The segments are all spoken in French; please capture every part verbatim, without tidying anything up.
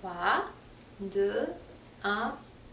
trois, deux, un.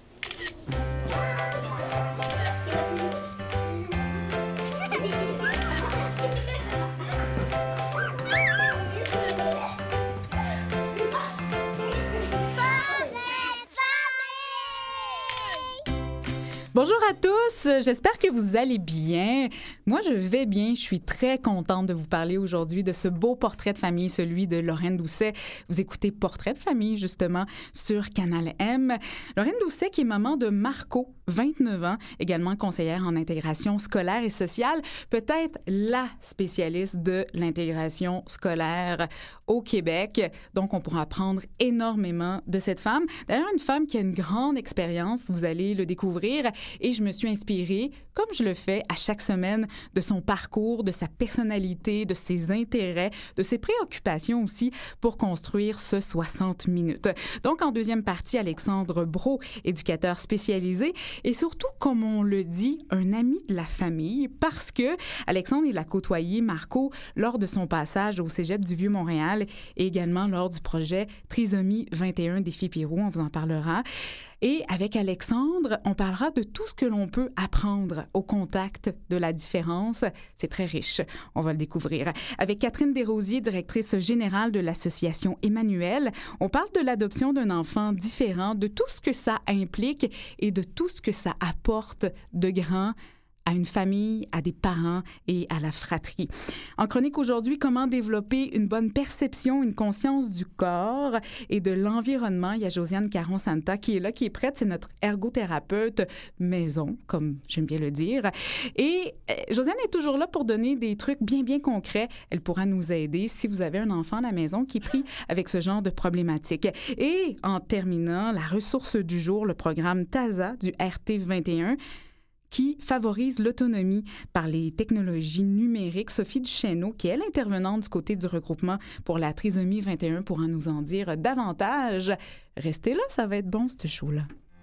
Bonjour à tous, j'espère que vous allez bien. Moi, je vais bien, je suis très contente de vous parler aujourd'hui de ce beau portrait de famille, celui de Lorraine Doucet. Vous écoutez Portrait de famille, justement, sur Canal M. Lorraine Doucet, qui est maman de Marco, vingt-neuf ans, également conseillère en intégration scolaire et sociale, peut-être la spécialiste de l'intégration scolaire au Québec. Donc, on pourra apprendre énormément de cette femme. D'ailleurs, une femme qui a une grande expérience, vous allez le découvrir. Et je me suis inspirée, comme je le fais à chaque semaine, de son parcours, de sa personnalité, de ses intérêts, de ses préoccupations aussi pour construire ce soixante minutes. Donc, en deuxième partie, Alexandre Brault, éducateur spécialisé et surtout, comme on le dit, un ami de la famille parce que Alexandre, il a côtoyé Marco lors de son passage au Cégep du Vieux-Montréal et également lors du projet Trisomie vingt et un Défi Pirou, on vous en parlera. Et avec Alexandre, on parlera de tout ce que l'on peut apprendre au contact de la différence. C'est très riche, on va le découvrir. Avec Catherine Desrosiers, directrice générale de l'association Emmanuel, on parle de l'adoption d'un enfant différent, de tout ce que ça implique et de tout ce que ça apporte de grand à une famille, à des parents et à la fratrie. En chronique aujourd'hui, comment développer une bonne perception, une conscience du corps et de l'environnement. Il y a Josiane Caron-Santa qui est là, qui est prête. C'est notre ergothérapeute maison, comme j'aime bien le dire. Et euh, Josiane est toujours là pour donner des trucs bien, bien concrets. Elle pourra nous aider si vous avez un enfant à la maison qui est pris avec ce genre de problématique. Et en terminant, la ressource du jour, le programme TASA du R T vingt et un, qui favorise l'autonomie par les technologies numériques. Sophie Duchesneau, qui est l'intervenante du côté du regroupement pour la trisomie vingt et un, pourra nous en dire davantage. Restez là, ça va être bon, ce show-là.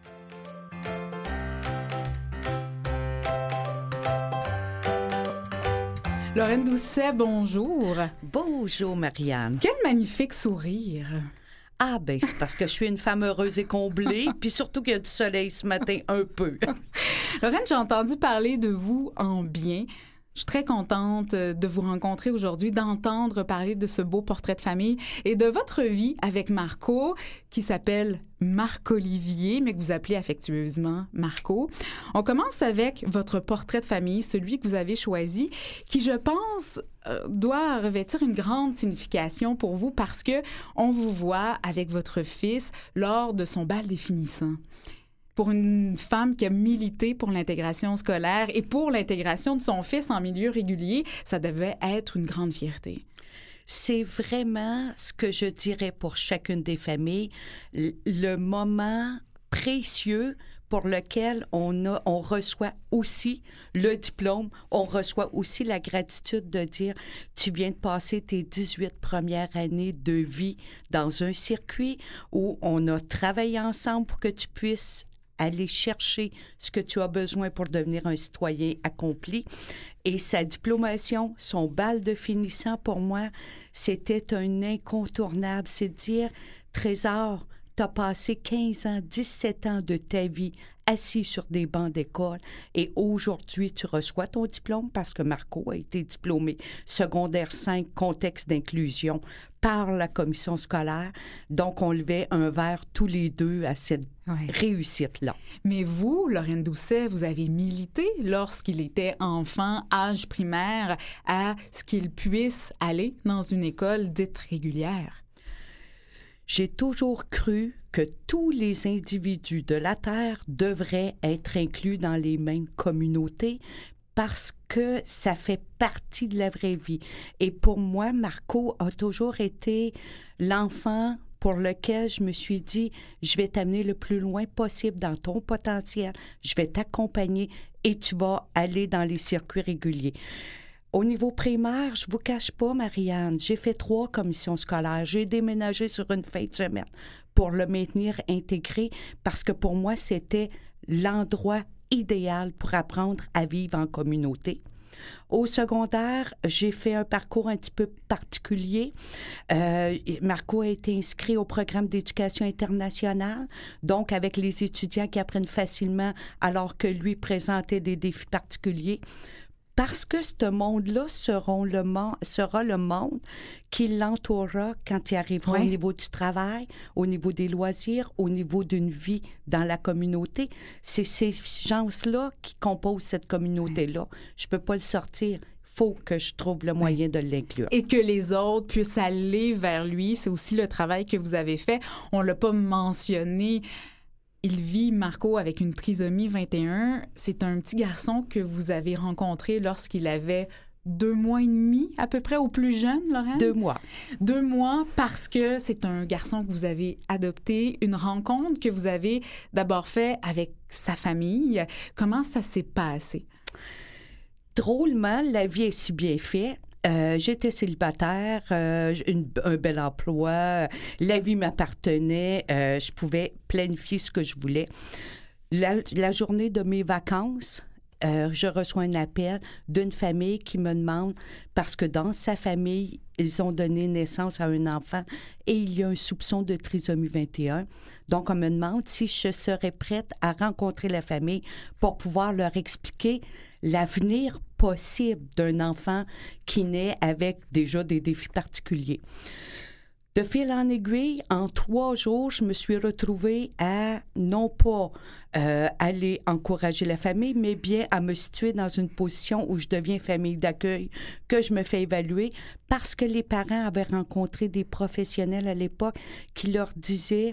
Lorraine Doucet, bonjour. Bonjour, Marianne. Quel magnifique sourire. Ah, ben c'est parce que je suis une femme heureuse et comblée, puis surtout qu'il y a du soleil ce matin un peu. Lorraine, j'ai entendu parler de vous en bien. Je suis très contente de vous rencontrer aujourd'hui, d'entendre parler de ce beau portrait de famille et de votre vie avec Marco, qui s'appelle Marc-Olivier, mais que vous appelez affectueusement Marco. On commence avec votre portrait de famille, celui que vous avez choisi, qui, je pense, euh, doit revêtir une grande signification pour vous parce que on vous voit avec votre fils lors de son bal définissant. Pour une femme qui a milité pour l'intégration scolaire et pour l'intégration de son fils en milieu régulier, ça devait être une grande fierté. C'est vraiment ce que je dirais pour chacune des familles, le moment précieux pour lequel on, a, on reçoit aussi le diplôme, on reçoit aussi la gratitude de dire « Tu viens de passer tes dix-huit premières années de vie dans un circuit où on a travaillé ensemble pour que tu puisses aller chercher ce que tu as besoin pour devenir un citoyen accompli. » Et sa diplomation, son bal de finissant, pour moi, c'était un incontournable. C'est de dire, Trésor, tu as passé quinze ans, dix-sept ans de ta vie assis sur des bancs d'école et aujourd'hui, tu reçois ton diplôme parce que Marco a été diplômé secondaire cinq, contexte d'inclusion par la commission scolaire. Donc, on levait un verre tous les deux à cette ouais. réussite-là. Mais vous, Lorraine Doucet, vous avez milité lorsqu'il était enfant, âge primaire, à ce qu'il puisse aller dans une école dite régulière. J'ai toujours cru que tous les individus de la Terre devraient être inclus dans les mêmes communautés parce que ça fait partie de la vraie vie. Et pour moi, Marco a toujours été l'enfant pour lequel je me suis dit, je vais t'amener le plus loin possible dans ton potentiel, je vais t'accompagner et tu vas aller dans les circuits réguliers. Au niveau primaire, je vous cache pas, Marianne, j'ai fait trois commissions scolaires. J'ai déménagé sur une fin de semaine pour le maintenir intégré parce que pour moi, c'était l'endroit idéal pour apprendre à vivre en communauté. Au secondaire, j'ai fait un parcours un petit peu particulier. Euh, Marco a été inscrit au programme d'éducation internationale, donc avec les étudiants qui apprennent facilement alors que lui présentait des défis particuliers. Parce que ce monde-là sera le, monde, sera le monde qui l'entourera quand il arrivera oui. au niveau du travail, au niveau des loisirs, au niveau d'une vie dans la communauté. C'est ces gens-là qui composent cette communauté-là. Oui. Je ne peux pas le sortir. Il faut que je trouve le moyen oui. de l'inclure. Et que les autres puissent aller vers lui. C'est aussi le travail que vous avez fait. On ne l'a pas mentionné. Il vit, Marco, avec une trisomie vingt et un. C'est un petit garçon que vous avez rencontré lorsqu'il avait deux mois et demi, à peu près, au plus jeune, Lorraine? Deux mois. Deux mois, parce que c'est un garçon que vous avez adopté, une rencontre que vous avez d'abord fait avec sa famille. Comment ça s'est passé? Drôlement, la vie est si bien faite. Euh, j'étais célibataire, euh, une, un bel emploi, la vie m'appartenait, euh, je pouvais planifier ce que je voulais. La, la journée de mes vacances, euh, je reçois un appel d'une famille qui me demande, parce que dans sa famille, ils ont donné naissance à un enfant et il y a un soupçon de trisomie vingt et un. Donc, on me demande si je serais prête à rencontrer la famille pour pouvoir leur expliquer l'avenir possible d'un enfant qui naît avec déjà des défis particuliers. De fil en aiguille, en trois jours, je me suis retrouvée à non pas euh, aller encourager la famille, mais bien à me situer dans une position où je deviens famille d'accueil, que je me fais évaluer, parce que les parents avaient rencontré des professionnels à l'époque qui leur disaient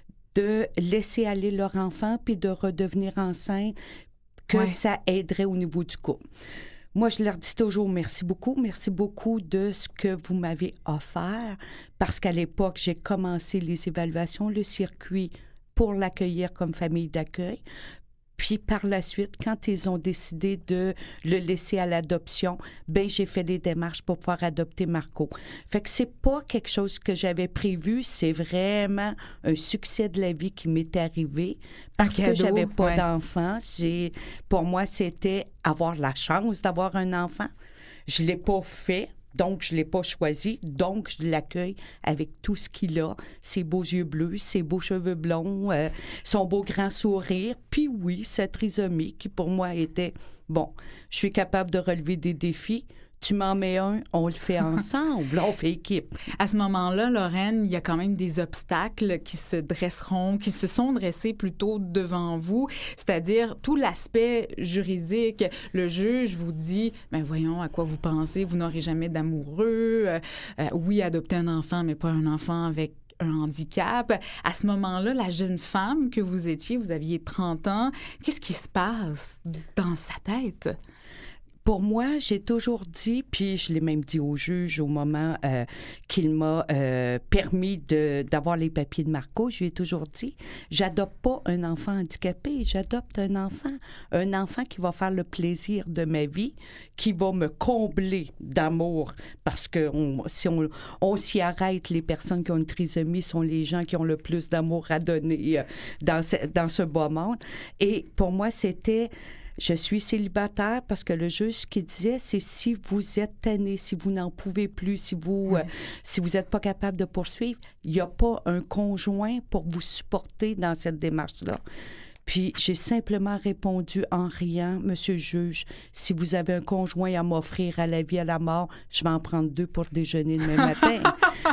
de laisser aller leur enfant puis de redevenir enceinte, que ouais. ça aiderait au niveau du couple. Moi, je leur dis toujours merci beaucoup. Merci beaucoup de ce que vous m'avez offert parce qu'à l'époque, j'ai commencé les évaluations, le circuit pour l'accueillir comme famille d'accueil. Puis par la suite, quand ils ont décidé de le laisser à l'adoption, ben j'ai fait les démarches pour pouvoir adopter Marco. Fait que c'est pas quelque chose que j'avais prévu, c'est vraiment un succès de la vie qui m'est arrivé parce que j'avais pas ouais. d'enfant. C'est, pour moi, c'était avoir la chance d'avoir un enfant. Je l'ai pas fait. Donc, je ne l'ai pas choisi. Donc, je l'accueille avec tout ce qu'il a. Ses beaux yeux bleus, ses beaux cheveux blonds, euh, son beau grand sourire. Puis oui, sa trisomie qui, pour moi, était... Bon, je suis capable de relever des défis. Tu m'en mets un, on le fait ensemble, on fait équipe. À ce moment-là, Lorraine, il y a quand même des obstacles qui se dresseront, qui se sont dressés plutôt devant vous, c'est-à-dire tout l'aspect juridique. Le juge vous dit, ben voyons, à quoi vous pensez, vous n'aurez jamais d'amoureux. Euh, euh, oui, adopter un enfant, mais pas un enfant avec un handicap. À ce moment-là, la jeune femme que vous étiez, vous aviez trente ans, qu'est-ce qui se passe dans sa tête? Pour moi, j'ai toujours dit, puis je l'ai même dit au juge au moment euh, qu'il m'a euh, permis de, d'avoir les papiers de Marco, je lui ai toujours dit, j'adopte pas un enfant handicapé, j'adopte un enfant, un enfant qui va faire le plaisir de ma vie, qui va me combler d'amour, parce que on, si on, on s'y arrête, les personnes qui ont une trisomie sont les gens qui ont le plus d'amour à donner euh, dans, ce, dans ce beau monde. Et pour moi, c'était... Je suis célibataire parce que le juge, ce qu'il disait, c'est si vous êtes tanné, si vous n'en pouvez plus, si vous ouais. euh, si vous n'êtes pas capable de poursuivre, il n'y a pas un conjoint pour vous supporter dans cette démarche-là. Puis, j'ai simplement répondu en riant, « Monsieur le juge, si vous avez un conjoint à m'offrir à la vie, à la mort, je vais en prendre deux pour déjeuner demain matin. »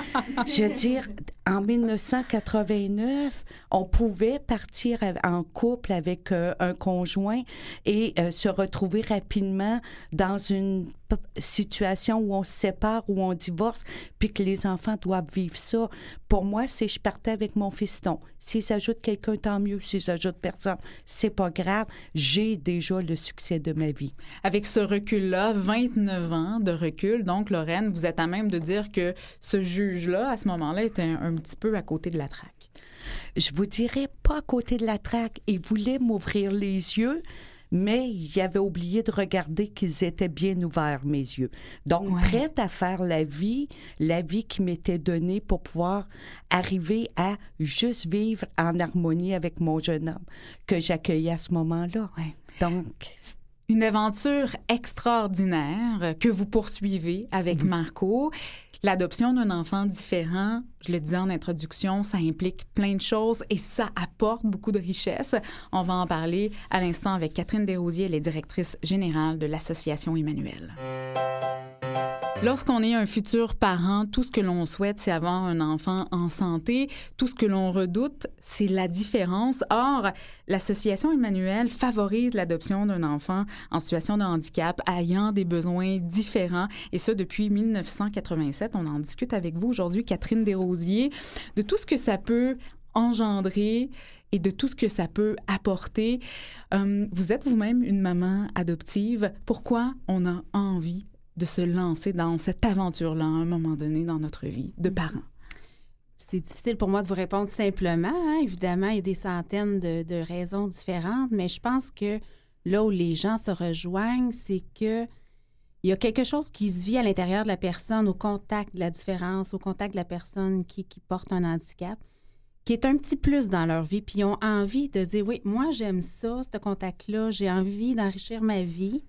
Je veux dire, en dix-neuf cent quatre-vingt-neuf, on pouvait partir en couple avec euh, un conjoint et euh, se retrouver rapidement dans une p- situation où on se sépare, où on divorce, puis que les enfants doivent vivre ça. Pour moi, c'est je partais avec mon fiston. S'il s'ajoute quelqu'un, tant mieux. S'il s'ajoute personne, c'est pas grave. J'ai déjà le succès de ma vie. Avec ce recul-là, vingt-neuf ans de recul, donc, Lorraine, vous êtes à même de dire que ce juge-là, à ce moment-là, était un, un petit peu à côté de la traque. Je vous dirais pas à côté de la traque. Il voulait m'ouvrir les yeux, mais il avait oublié de regarder qu'ils étaient bien ouverts, mes yeux. Donc, ouais. prête à faire la vie, la vie qui m'était donnée pour pouvoir arriver à juste vivre en harmonie avec mon jeune homme que j'accueillais à ce moment-là. Ouais. Donc... Une aventure extraordinaire que vous poursuivez avec mmh. Marco. L'adoption d'un enfant différent, je le disais en introduction, ça implique plein de choses et ça apporte beaucoup de richesses. On va en parler à l'instant avec Catherine Desrosiers, elle est directrice générale de l'Association Emmanuel. Lorsqu'on est un futur parent, tout ce que l'on souhaite, c'est avoir un enfant en santé. Tout ce que l'on redoute, c'est la différence. Or, l'Association Emmanuel favorise l'adoption d'un enfant en situation de handicap ayant des besoins différents, et ça depuis mille neuf cent quatre-vingt-sept. On en discute avec vous aujourd'hui, Catherine Desrosiers, de tout ce que ça peut engendrer et de tout ce que ça peut apporter. Euh, vous êtes vous-même une maman adoptive. Pourquoi on a envie de se lancer dans cette aventure-là à un moment donné dans notre vie de parents? C'est difficile pour moi de vous répondre simplement. Hein? Évidemment, il y a des centaines de, de raisons différentes, mais je pense que là où les gens se rejoignent, c'est que il y a quelque chose qui se vit à l'intérieur de la personne, au contact de la différence, au contact de la personne qui, qui porte un handicap, qui est un petit plus dans leur vie, puis ils ont envie de dire, oui, moi, j'aime ça, ce contact-là, j'ai envie d'enrichir ma vie.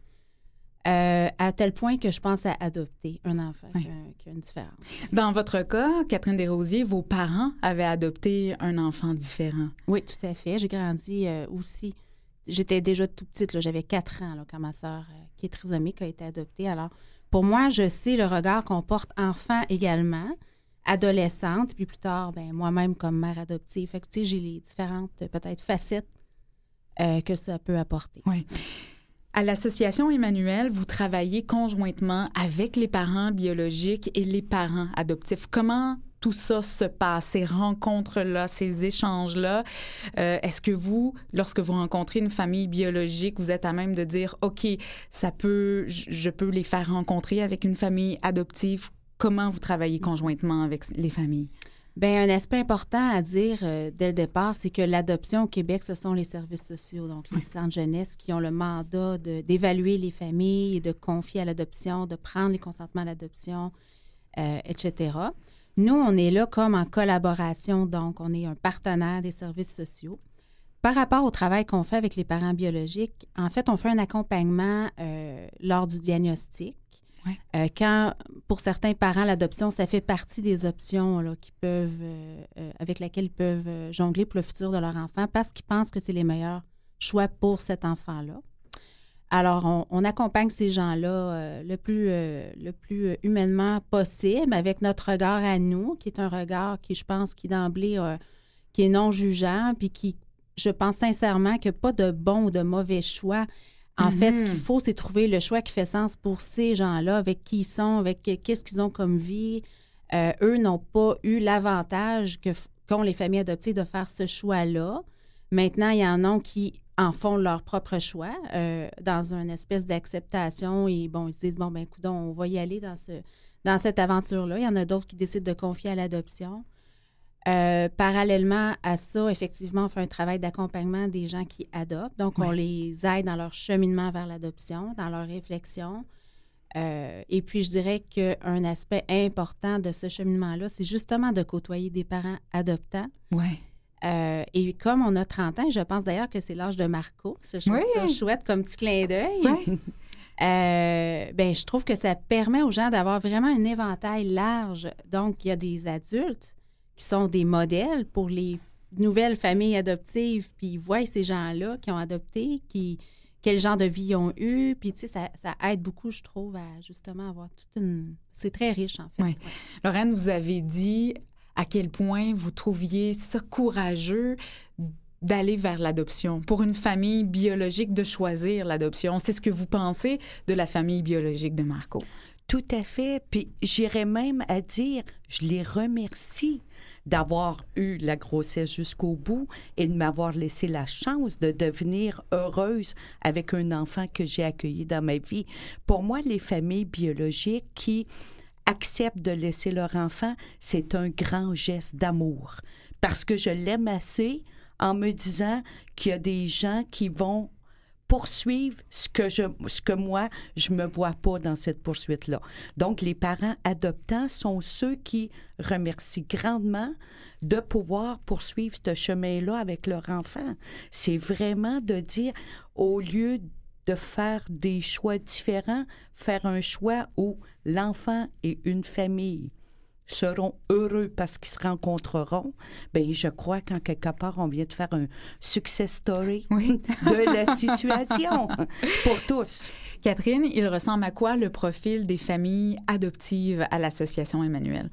Euh, à tel point que je pense à adopter un enfant oui. qui, a, qui a une différence. Dans votre cas, Catherine Desrosiers, vos parents avaient adopté un enfant différent. Oui, tout à fait. J'ai grandi euh, aussi. J'étais déjà tout petite, là, j'avais quatre ans là, quand ma sœur, euh, qui est trisomique, a été adoptée. Alors, pour moi, je sais le regard qu'on porte enfant également, adolescente, puis plus tard, ben, moi-même comme mère adoptive. Fait que, tu sais, j'ai les différentes, peut-être, facettes euh, que ça peut apporter. Oui. À l'Association Emmanuel, vous travaillez conjointement avec les parents biologiques et les parents adoptifs. Comment tout ça se passe, ces rencontres-là, ces échanges-là? Euh, est-ce que vous, lorsque vous rencontrez une famille biologique, vous êtes à même de dire, OK, ça peut, je peux les faire rencontrer avec une famille adoptive? Comment vous travaillez conjointement avec les familles? Bien, un aspect important à dire euh, dès le départ, c'est que l'adoption au Québec, ce sont les services sociaux, donc les centres jeunesse qui ont le mandat de, d'évaluer les familles et de confier à l'adoption, de prendre les consentements à l'adoption, euh, et cetera. Nous, on est là comme en collaboration, donc on est un partenaire des services sociaux. Par rapport au travail qu'on fait avec les parents biologiques, en fait, on fait un accompagnement euh, lors du diagnostic. Ouais. Euh, quand, pour certains parents, l'adoption, ça fait partie des options là, qui peuvent, euh, euh, avec lesquelles ils peuvent euh, jongler pour le futur de leur enfant parce qu'ils pensent que c'est les meilleurs choix pour cet enfant-là. Alors, on, on accompagne ces gens-là euh, le plus, euh, le plus humainement possible avec notre regard à nous, qui est un regard qui, je pense, qui d'emblée, euh, qui est non jugeant, puis qui, je pense sincèrement qu'il n'y a pas de bon ou de mauvais choix. En mm-hmm. fait, ce qu'il faut, c'est trouver le choix qui fait sens pour ces gens-là, avec qui ils sont, avec qu'est-ce qu'ils ont comme vie. Euh, eux n'ont pas eu l'avantage que, qu'ont les familles adoptées de faire ce choix-là. Maintenant, il y en a qui en font leur propre choix euh, dans une espèce d'acceptation. Et bon, ils se disent, bon, ben coudonc, on va y aller dans, ce, dans cette aventure-là. Il y en a d'autres qui décident de confier à l'adoption. Euh, parallèlement à ça, effectivement, on fait un travail d'accompagnement des gens qui adoptent. Donc, oui. on les aide dans leur cheminement vers l'adoption, dans leur réflexion. Euh, et puis, je dirais qu'un aspect important de ce cheminement-là, c'est justement de côtoyer des parents adoptants. Oui. Euh, et comme on a trente ans, je pense d'ailleurs que c'est l'âge de Marco. Je trouve oui. ça chouette comme petit clin d'œil. Oui. Euh, ben, je trouve que ça permet aux gens d'avoir vraiment un éventail large. Donc, il y a des adultes qui sont des modèles pour les nouvelles familles adoptives, puis ils voient ces gens-là qui ont adopté, qui, quel genre de vie ils ont eu, puis tu sais, ça, ça aide beaucoup, je trouve, à justement avoir toute une... C'est très riche, en fait. Oui. Ouais. Lorraine, vous avez dit à quel point vous trouviez ça courageux d'aller vers l'adoption, pour une famille biologique de choisir l'adoption. C'est ce que vous pensez de la famille biologique de Marco? Tout à fait. Puis j'irais même à dire, je les remercie d'avoir eu la grossesse jusqu'au bout et de m'avoir laissé la chance de devenir heureuse avec un enfant que j'ai accueilli dans ma vie. Pour moi, les familles biologiques qui acceptent de laisser leur enfant, c'est un grand geste d'amour. Parce que je l'aime assez en me disant qu'il y a des gens qui vont poursuivre ce que, je, ce que moi, je ne me vois pas dans cette poursuite-là. Donc, les parents adoptants sont ceux qui remercient grandement de pouvoir poursuivre ce chemin-là avec leur enfant. C'est vraiment de dire, au lieu de faire des choix différents, faire un choix où l'enfant et une famille seront heureux parce qu'ils se rencontreront, bien, je crois qu'en quelque part, on vient de faire un success story oui. de la situation pour tous. Catherine, il ressemble à quoi le profil des familles adoptives à l'Association Emmanuel?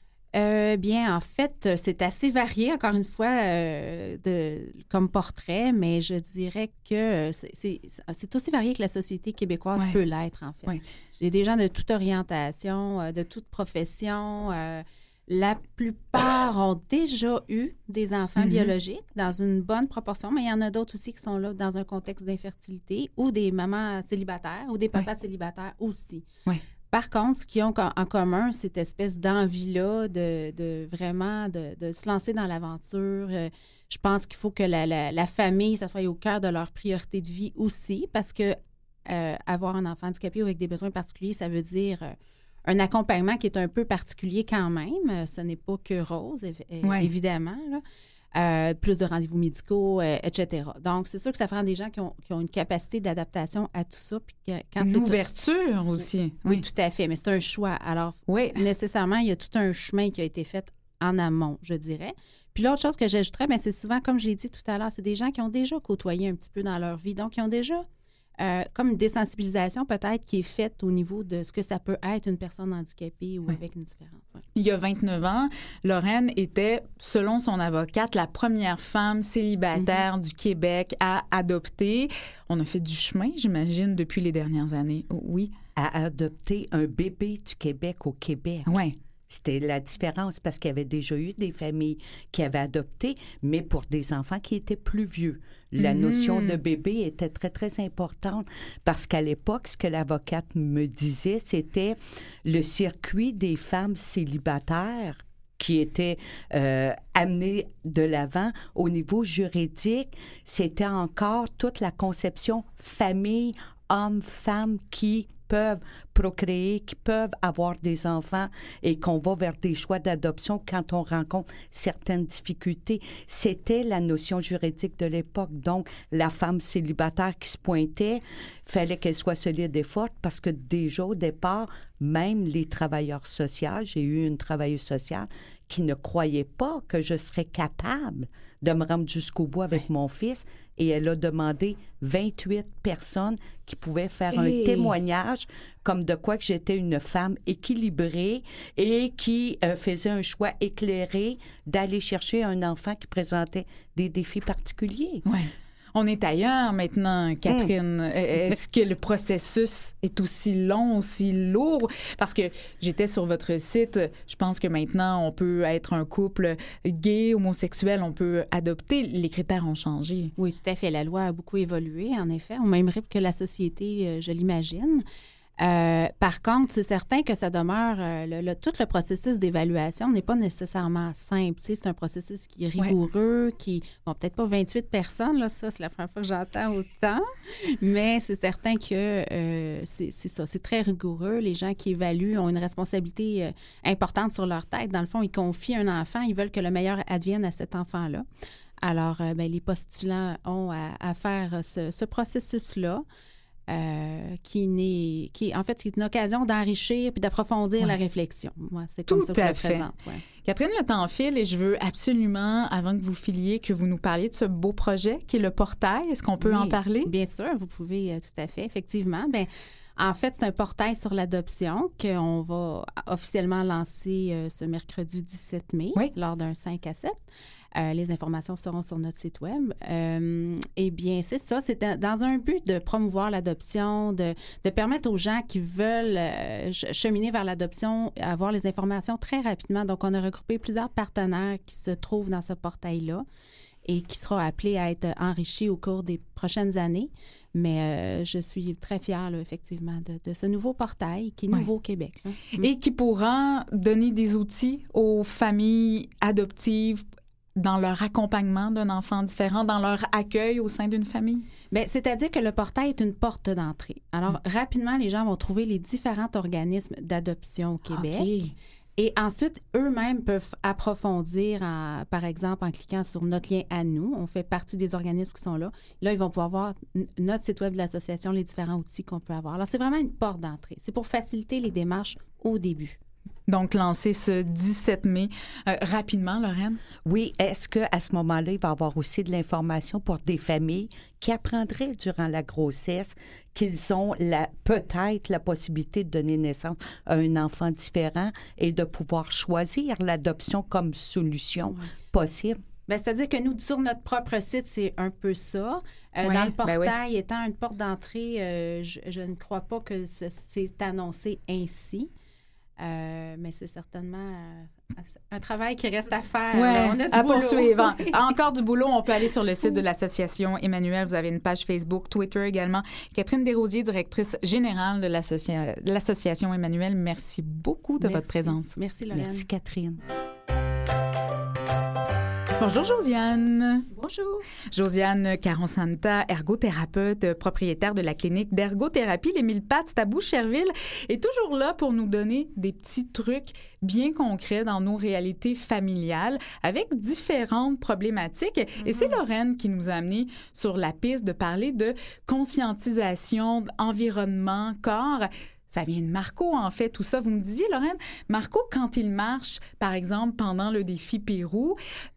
Euh, bien, en fait, c'est assez varié, encore une fois, euh, de, comme portrait, mais je dirais que c'est, c'est, c'est aussi varié que la société québécoise ouais. peut l'être, en fait. Ouais. J'ai des gens de toute orientation, de toute profession. Euh, la plupart ont déjà eu des enfants mm-hmm. biologiques dans une bonne proportion, mais il y en a d'autres aussi qui sont là dans un contexte d'infertilité ou des mamans célibataires ou des papas ouais. célibataires aussi. Oui. Par contre, ce qu'ils ont en commun, cette espèce d'envie-là de, de vraiment de, de se lancer dans l'aventure. Je pense qu'il faut que la, la, la famille, ça soit au cœur de leur priorité de vie aussi, parce que euh, avoir un enfant handicapé ou avec des besoins particuliers, ça veut dire euh, un accompagnement qui est un peu particulier quand même. Ce n'est pas que rose, év- ouais. évidemment, là. Euh, plus de rendez-vous médicaux, euh, et cetera. Donc, c'est sûr que ça prend des gens qui ont, qui ont une capacité d'adaptation à tout ça. Puis que, quand une c'est ouverture aussi. Oui, oui, tout à fait, mais c'est un choix. Alors, oui. nécessairement, il y a tout un chemin qui a été fait en amont, je dirais. Puis l'autre chose que j'ajouterais, bien, c'est souvent, comme je l'ai dit tout à l'heure, c'est des gens qui ont déjà côtoyé un petit peu dans leur vie, donc qui ont déjà Euh, comme une désensibilisation peut-être qui est faite au niveau de ce que ça peut être une personne handicapée ou oui. avec une différence. Ouais. Il y a vingt-neuf ans, Lorraine était, selon son avocate, la première femme célibataire mm-hmm. du Québec à adopter. On a fait du chemin, j'imagine, depuis les dernières années. Oh, oui. À adopter un bébé du Québec au Québec. Oui. C'était la différence parce qu'il y avait déjà eu des familles qui avaient adopté, mais pour des enfants qui étaient plus vieux. La mmh. notion de bébé était très, très importante parce qu'à l'époque, ce que l'avocate me disait, c'était le circuit des femmes célibataires qui était euh, amené de l'avant au niveau juridique. C'était encore toute la conception famille, homme, femme qui peuvent procréer, qui peuvent avoir des enfants et qu'on va vers des choix d'adoption quand on rencontre certaines difficultés. C'était la notion juridique de l'époque. Donc, la femme célibataire qui se pointait, fallait qu'elle soit solide et forte parce que déjà, au départ, même les travailleurs sociaux, j'ai eu une travailleuse sociale qui ne croyait pas que je serais capable de me rendre jusqu'au bout avec mon fils et elle a demandé vingt-huit personnes qui pouvaient faire hey. un témoignage comme de quoi que j'étais une femme équilibrée et qui euh, faisait un choix éclairé d'aller chercher un enfant qui présentait des défis particuliers. Ouais. On est ailleurs maintenant, Catherine. Mmh. Est-ce que le processus est aussi long, aussi lourd? Parce que j'étais sur votre site, je pense que maintenant, on peut être un couple gay, homosexuel, on peut adopter. Les critères ont changé. Oui, tout à fait. La loi a beaucoup évolué, en effet, au même rythme que la société, je l'imagine. Euh, par contre, c'est certain que ça demeure, euh, le, le, tout le processus d'évaluation n'est pas nécessairement simple. Tu sais, c'est un processus qui est rigoureux, ouais. qui, bon, peut-être pas vingt-huit personnes, là, ça, c'est la première fois que j'entends autant, mais c'est certain que euh, c'est, c'est ça, c'est très rigoureux. Les gens qui évaluent ont une responsabilité euh, importante sur leur tête. Dans le fond, ils confient un enfant, ils veulent que le meilleur advienne à cet enfant-là. Alors, euh, bien, les postulants ont à, à faire ce, ce processus-là. Euh, qui, n'est, qui, en fait, qui est une occasion d'enrichir puis d'approfondir ouais. la réflexion. Ouais, c'est comme Tout ça que je à le présente. Ouais. Catherine, le temps file et je veux absolument, avant que vous filiez, que vous nous parliez de ce beau projet qui est le portail. Est-ce qu'on peut oui, en parler? Bien sûr, vous pouvez, euh, tout à fait, effectivement. Bien, en fait, c'est un portail sur l'adoption qu'on va officiellement lancer euh, ce mercredi dix-sept mai oui. lors d'un cinq à sept. Euh, les informations seront sur notre site web. Euh, eh bien, c'est ça. C'est dans un but de promouvoir l'adoption, de, de permettre aux gens qui veulent euh, cheminer vers l'adoption, avoir les informations très rapidement. Donc, on a regroupé plusieurs partenaires qui se trouvent dans ce portail-là et qui sera appelé à être enrichi au cours des prochaines années. Mais euh, je suis très fière, là, effectivement, de, de ce nouveau portail qui est nouveau ouais. au Québec. Hein. Et qui pourra donner des outils aux familles adoptives dans leur accompagnement d'un enfant différent, dans leur accueil au sein d'une famille? Bien, c'est-à-dire que le portail est une porte d'entrée. Alors, mmh. rapidement, les gens vont trouver les différents organismes d'adoption au Québec. Okay. Et ensuite, eux-mêmes peuvent approfondir, en, par exemple, en cliquant sur notre lien à nous. On fait partie des organismes qui sont là. Là, ils vont pouvoir voir n- notre site web de l'association, les différents outils qu'on peut avoir. Alors, c'est vraiment une porte d'entrée. C'est pour faciliter les démarches au début. Donc, lancé ce dix-sept mai. Euh, rapidement, Lorraine? Oui, est-ce qu'à ce moment-là, il va y avoir aussi de l'information pour des familles qui apprendraient durant la grossesse qu'ils ont la, peut-être la possibilité de donner naissance à un enfant différent et de pouvoir choisir l'adoption comme solution oui. possible? Bien, c'est-à-dire que nous, sur notre propre site, c'est un peu ça. Euh, oui, dans le portail, ben oui. étant une porte d'entrée, euh, je, je ne crois pas que ce, c'est annoncé ainsi. Euh, mais c'est certainement euh, un travail qui reste à faire. Ouais, on a du à boulot. poursuivre. Encore du boulot. On peut aller sur le site de l'Association Emmanuel. Vous avez une page Facebook, Twitter également. Catherine Desrosiers, directrice générale de l'associa... l'Association Emmanuel, merci beaucoup de merci. votre présence. Merci, Lorraine. Merci, Catherine. Bonjour, Josiane. Bonjour. Josiane Caron-Santa, ergothérapeute, propriétaire de la clinique d'ergothérapie Les Mille Pattes à Boucherville, est toujours là pour nous donner des petits trucs bien concrets dans nos réalités familiales avec différentes problématiques. Mm-hmm. Et c'est Lorraine qui nous a amené sur la piste de parler de conscientisation, environnement, corps. Ça vient de Marco, en fait, tout ça. Vous me disiez, Lorraine, Marco, quand il marche, par exemple, pendant le défi Pérou,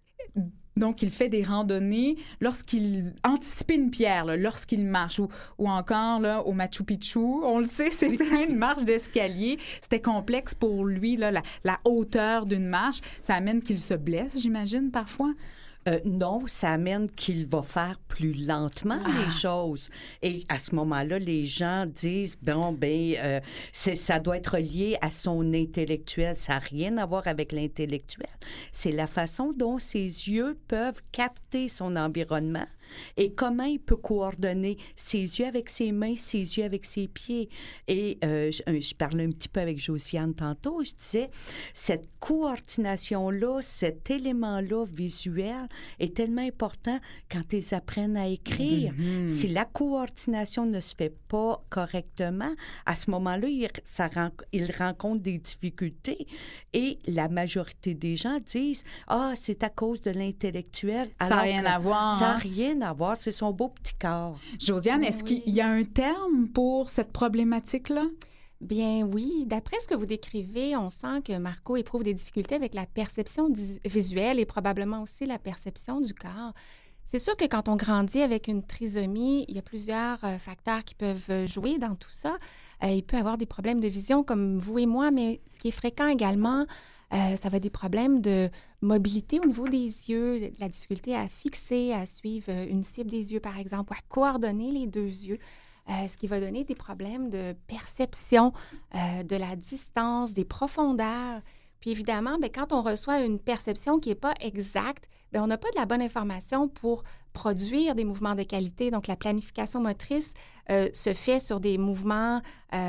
donc, il fait des randonnées lorsqu'il anticipe une pierre, là, lorsqu'il marche, ou, ou encore là, au Machu Picchu. On le sait, c'est plein de marches d'escalier. C'était complexe pour lui, là, la, la hauteur d'une marche. Ça amène qu'il se blesse, j'imagine, parfois. Euh, non, ça amène qu'il va faire plus lentement ah. les choses. Et à ce moment-là, les gens disent, bon, ben, euh, c'est, ça doit être lié à son intellectuel. Ça n'a rien à voir avec l'intellectuel. C'est la façon dont ses yeux peuvent capter son environnement et comment il peut coordonner ses yeux avec ses mains, ses yeux avec ses pieds. Et euh, je, je parlais un petit peu avec Josiane tantôt, je disais, cette coordination-là, cet élément-là visuel est tellement important quand ils apprennent à écrire. Mm-hmm. Si la coordination ne se fait pas correctement, à ce moment-là, ils, ça, ils rencontrent des difficultés et la majorité des gens disent « Ah, c'est à cause de l'intellectuel. » Ça n'a rien à voir. Ça n'a hein? rien à voir, c'est son beau petit corps. Josiane, est-ce oui. qu'il y a un terme pour cette problématique-là? Bien oui, d'après ce que vous décrivez, on sent que Marco éprouve des difficultés avec la perception visuelle et probablement aussi la perception du corps. C'est sûr que quand on grandit avec une trisomie, il y a plusieurs euh, facteurs qui peuvent jouer dans tout ça. Euh, il peut avoir des problèmes de vision comme vous et moi, mais ce qui est fréquent également, Euh, ça va être des problèmes de mobilité au niveau des yeux, de la difficulté à fixer, à suivre une cible des yeux, par exemple, ou à coordonner les deux yeux, euh, ce qui va donner des problèmes de perception, euh, de la distance, des profondeurs. Puis évidemment, bien, quand on reçoit une perception qui n'est pas exacte, bien, on n'a pas de la bonne information pour produire des mouvements de qualité. Donc, la planification motrice euh, se fait sur des mouvements,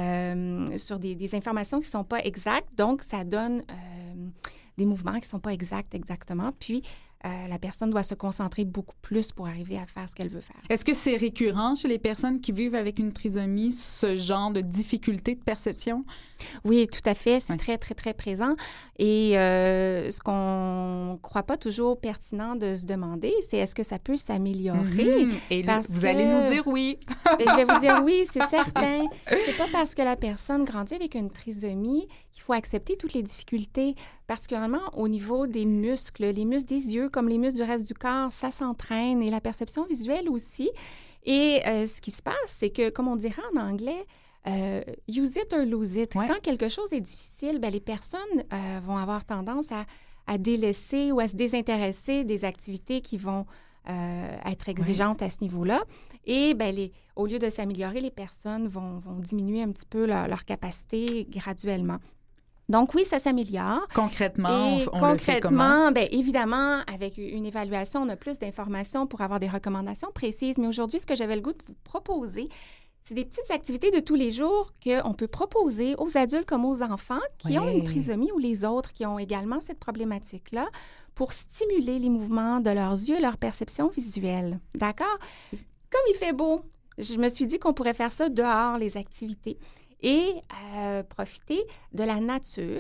euh, sur des, des informations qui ne sont pas exactes. Donc, ça donne euh, des mouvements qui ne sont pas exacts exactement. Puis, euh, la personne doit se concentrer beaucoup plus pour arriver à faire ce qu'elle veut faire. Est-ce que c'est récurrent chez les personnes qui vivent avec une trisomie, ce genre de difficulté de perception? Oui, tout à fait. C'est oui. très, très, très présent. Et euh, ce qu'on ne croit pas toujours pertinent de se demander, c'est est-ce que ça peut s'améliorer? Mm-hmm. Et parce vous que... allez nous dire oui. Je vais vous dire oui, c'est certain. C'est pas parce que la personne grandit avec une trisomie qu'il faut accepter toutes les difficultés, particulièrement au niveau des muscles. Les muscles des yeux, comme les muscles du reste du corps, ça s'entraîne et la perception visuelle aussi. Et euh, ce qui se passe, c'est que, comme on dirait en anglais, euh, use it or lose it. Ouais. Quand quelque chose est difficile, bien, les personnes euh, vont avoir tendance à, à délaisser ou à se désintéresser des activités qui vont euh, être exigeantes ouais. à ce niveau-là. Et bien, les, au lieu de s'améliorer, les personnes vont, vont diminuer un petit peu leur, leur capacité graduellement. Donc oui, ça s'améliore. Concrètement, Et on concrètement, le fait comment? Bien, évidemment, avec une évaluation, on a plus d'informations pour avoir des recommandations précises. Mais aujourd'hui, ce que j'avais le goût de vous proposer, c'est des petites activités de tous les jours qu'on peut proposer aux adultes comme aux enfants qui oui. ont une trisomie ou les autres qui ont également cette problématique-là pour stimuler les mouvements de leurs yeux et leur perception visuelle. D'accord? Comme il fait beau, je me suis dit qu'on pourrait faire ça dehors, les activités. Et euh, profiter de la nature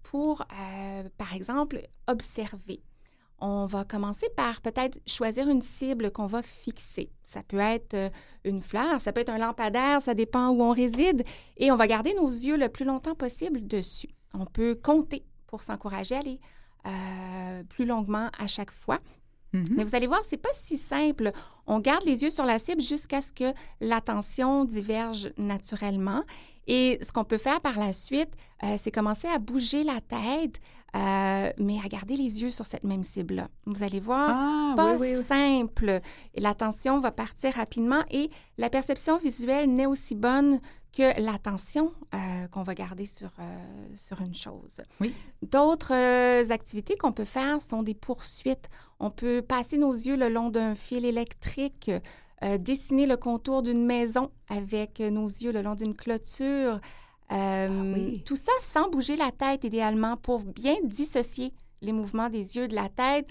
pour, euh, par exemple, observer. On va commencer par peut-être choisir une cible qu'on va fixer. Ça peut être euh, une fleur, ça peut être un lampadaire, ça dépend où on réside. Et on va garder nos yeux le plus longtemps possible dessus. On peut compter pour s'encourager à aller euh, plus longuement à chaque fois. Mm-hmm. Mais vous allez voir, c'est pas si simple. On garde les yeux sur la cible jusqu'à ce que l'attention diverge naturellement. Et ce qu'on peut faire par la suite, euh, c'est commencer à bouger la tête, euh, mais à garder les yeux sur cette même cible-là. Vous allez voir, ah, pas oui, oui. simple. Et l'attention va partir rapidement et la perception visuelle n'est aussi bonne que l'attention euh, qu'on va garder sur, euh, sur une chose. Oui. D'autres euh, activités qu'on peut faire sont des poursuites. On peut passer nos yeux le long d'un fil électrique, euh, dessiner le contour d'une maison avec nos yeux le long d'une clôture. Euh, ah oui. Tout ça sans bouger la tête, idéalement, pour bien dissocier les mouvements des yeux de la tête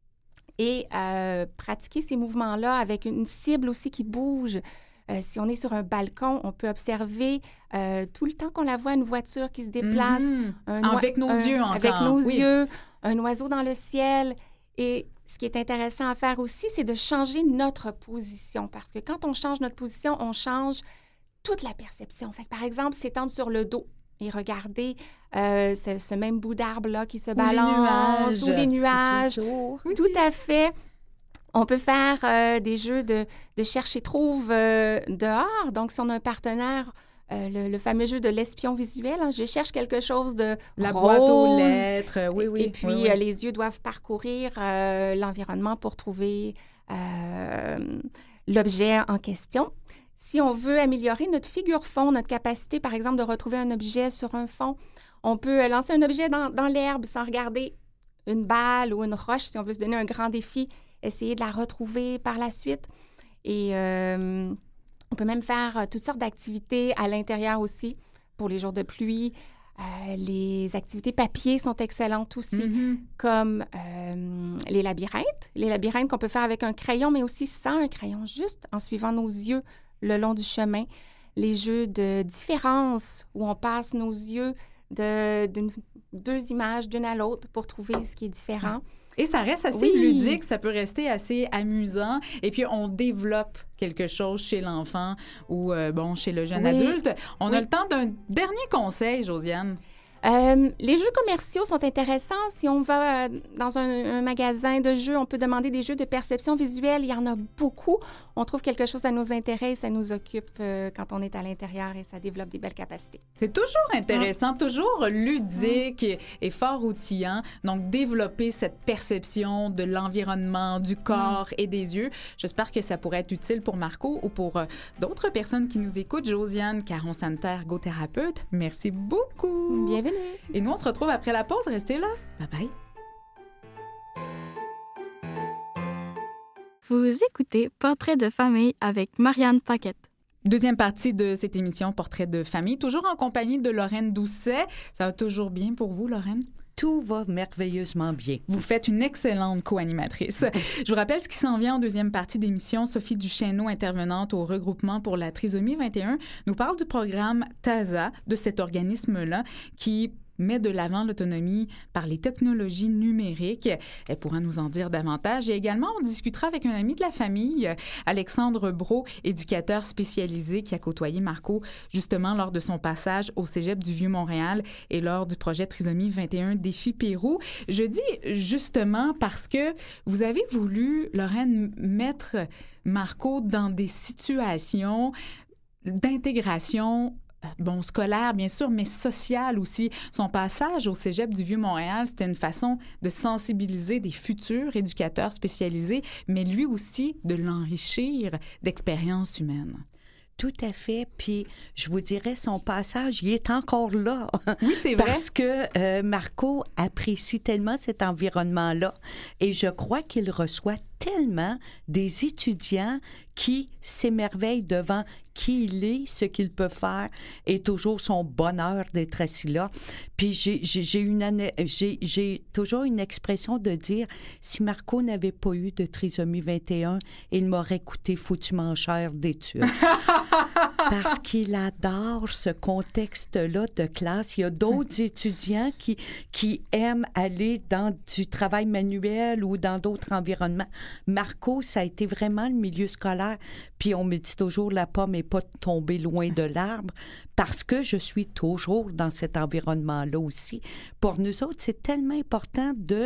et euh, pratiquer ces mouvements-là avec une cible aussi qui bouge. Euh, si on est sur un balcon, on peut observer euh, tout le temps qu'on la voit, une voiture qui se déplace. Mm-hmm. Un avec nos un, yeux encore. Avec nos oui. yeux, un oiseau dans le ciel. Et ce qui est intéressant à faire aussi, c'est de changer notre position. Parce que quand on change notre position, on change toute la perception. Fait que, par exemple, s'étendre sur le dos et regarder euh, ce, ce même bout d'arbre-là qui se ou balance. Les ou les nuages. Oui. Tout à fait. On peut faire euh, des jeux de, de cherche-et-trouve euh, dehors. Donc, si on a un partenaire, euh, le, le fameux jeu de l'espion visuel, hein, je cherche quelque chose de La rose, boîte aux lettres, oui, oui. Et puis, oui, oui. Euh, les yeux doivent parcourir euh, l'environnement pour trouver euh, l'objet en question. Si on veut améliorer notre figure-fond, notre capacité, par exemple, de retrouver un objet sur un fond, on peut lancer un objet dans, dans l'herbe sans regarder une balle ou une roche, si on veut se donner un grand défi, essayer de la retrouver par la suite. Et euh, on peut même faire euh, toutes sortes d'activités à l'intérieur aussi pour les jours de pluie. Euh, les activités papier sont excellentes aussi, Mm-hmm. comme euh, les labyrinthes. Les labyrinthes qu'on peut faire avec un crayon, mais aussi sans un crayon, juste en suivant nos yeux le long du chemin. Les jeux de différence où on passe nos yeux de, d'une, deux images d'une à l'autre pour trouver ce qui est différent. Et ça reste assez oui. ludique, ça peut rester assez amusant. Et puis, on développe quelque chose chez l'enfant ou, euh, bon, chez le jeune oui. adulte. On oui. a le temps d'un dernier conseil, Josiane. Euh, les jeux commerciaux sont intéressants. Si on va euh, dans un, un magasin de jeux, on peut demander des jeux de perception visuelle. Il y en a beaucoup. On trouve quelque chose à nos intérêts et ça nous occupe euh, quand on est à l'intérieur et ça développe des belles capacités. C'est toujours intéressant, mmh. toujours ludique mmh. et, et fort outillant. Donc, développer cette perception de l'environnement, du corps mmh. et des yeux. J'espère que ça pourrait être utile pour Marco ou pour euh, d'autres personnes qui nous écoutent. Josiane Caron-Santerre, ergothérapeute, merci beaucoup. Bienvenue. Et nous, on se retrouve après la pause. Restez là. Bye-bye. Vous écoutez Portrait de famille avec Marianne Paquette. Deuxième partie de cette émission Portrait de famille, toujours en compagnie de Lorraine Doucet. Ça va toujours bien pour vous, Lorraine? Tout va merveilleusement bien. Vous faites une excellente co-animatrice. Je vous rappelle ce qui s'en vient en deuxième partie d'émission. Sophie Duchesneau, intervenante au regroupement pour la trisomie vingt et un, nous parle du programme T A S A, de cet organisme-là qui met de l'avant l'autonomie par les technologies numériques. Elle pourra nous en dire davantage. Et également, on discutera avec un ami de la famille, Alexandre Brault, éducateur spécialisé qui a côtoyé Marco justement lors de son passage au Cégep du Vieux-Montréal et lors du projet Trisomie vingt et un Défi Pérou. Je dis justement parce que vous avez voulu, Lorraine, mettre Marco dans des situations d'intégration bon, scolaire, bien sûr, mais social aussi. Son passage au Cégep du Vieux-Montréal, c'était une façon de sensibiliser des futurs éducateurs spécialisés, mais lui aussi de l'enrichir d'expériences humaines. Tout à fait. Puis, je vous dirais, son passage, il est encore là. Oui, c'est vrai. Parce que euh, Marco apprécie tellement cet environnement-là et je crois qu'il reçoit tellement des étudiants qui s'émerveillent devant qui il est, ce qu'il peut faire et toujours son bonheur d'être assis là. Puis j'ai, j'ai, j'ai, une, j'ai, j'ai toujours une expression de dire si Marco n'avait pas eu de trisomie vingt et un, il m'aurait coûté foutument cher d'études. parce qu'il adore ce contexte-là de classe. Il y a d'autres étudiants qui, qui aiment aller dans du travail manuel ou dans d'autres environnements. Marco, ça a été vraiment le milieu scolaire. Puis on me dit toujours, la pomme n'est pas tombée loin de l'arbre, parce que je suis toujours dans cet environnement-là aussi. Pour nous autres, c'est tellement important de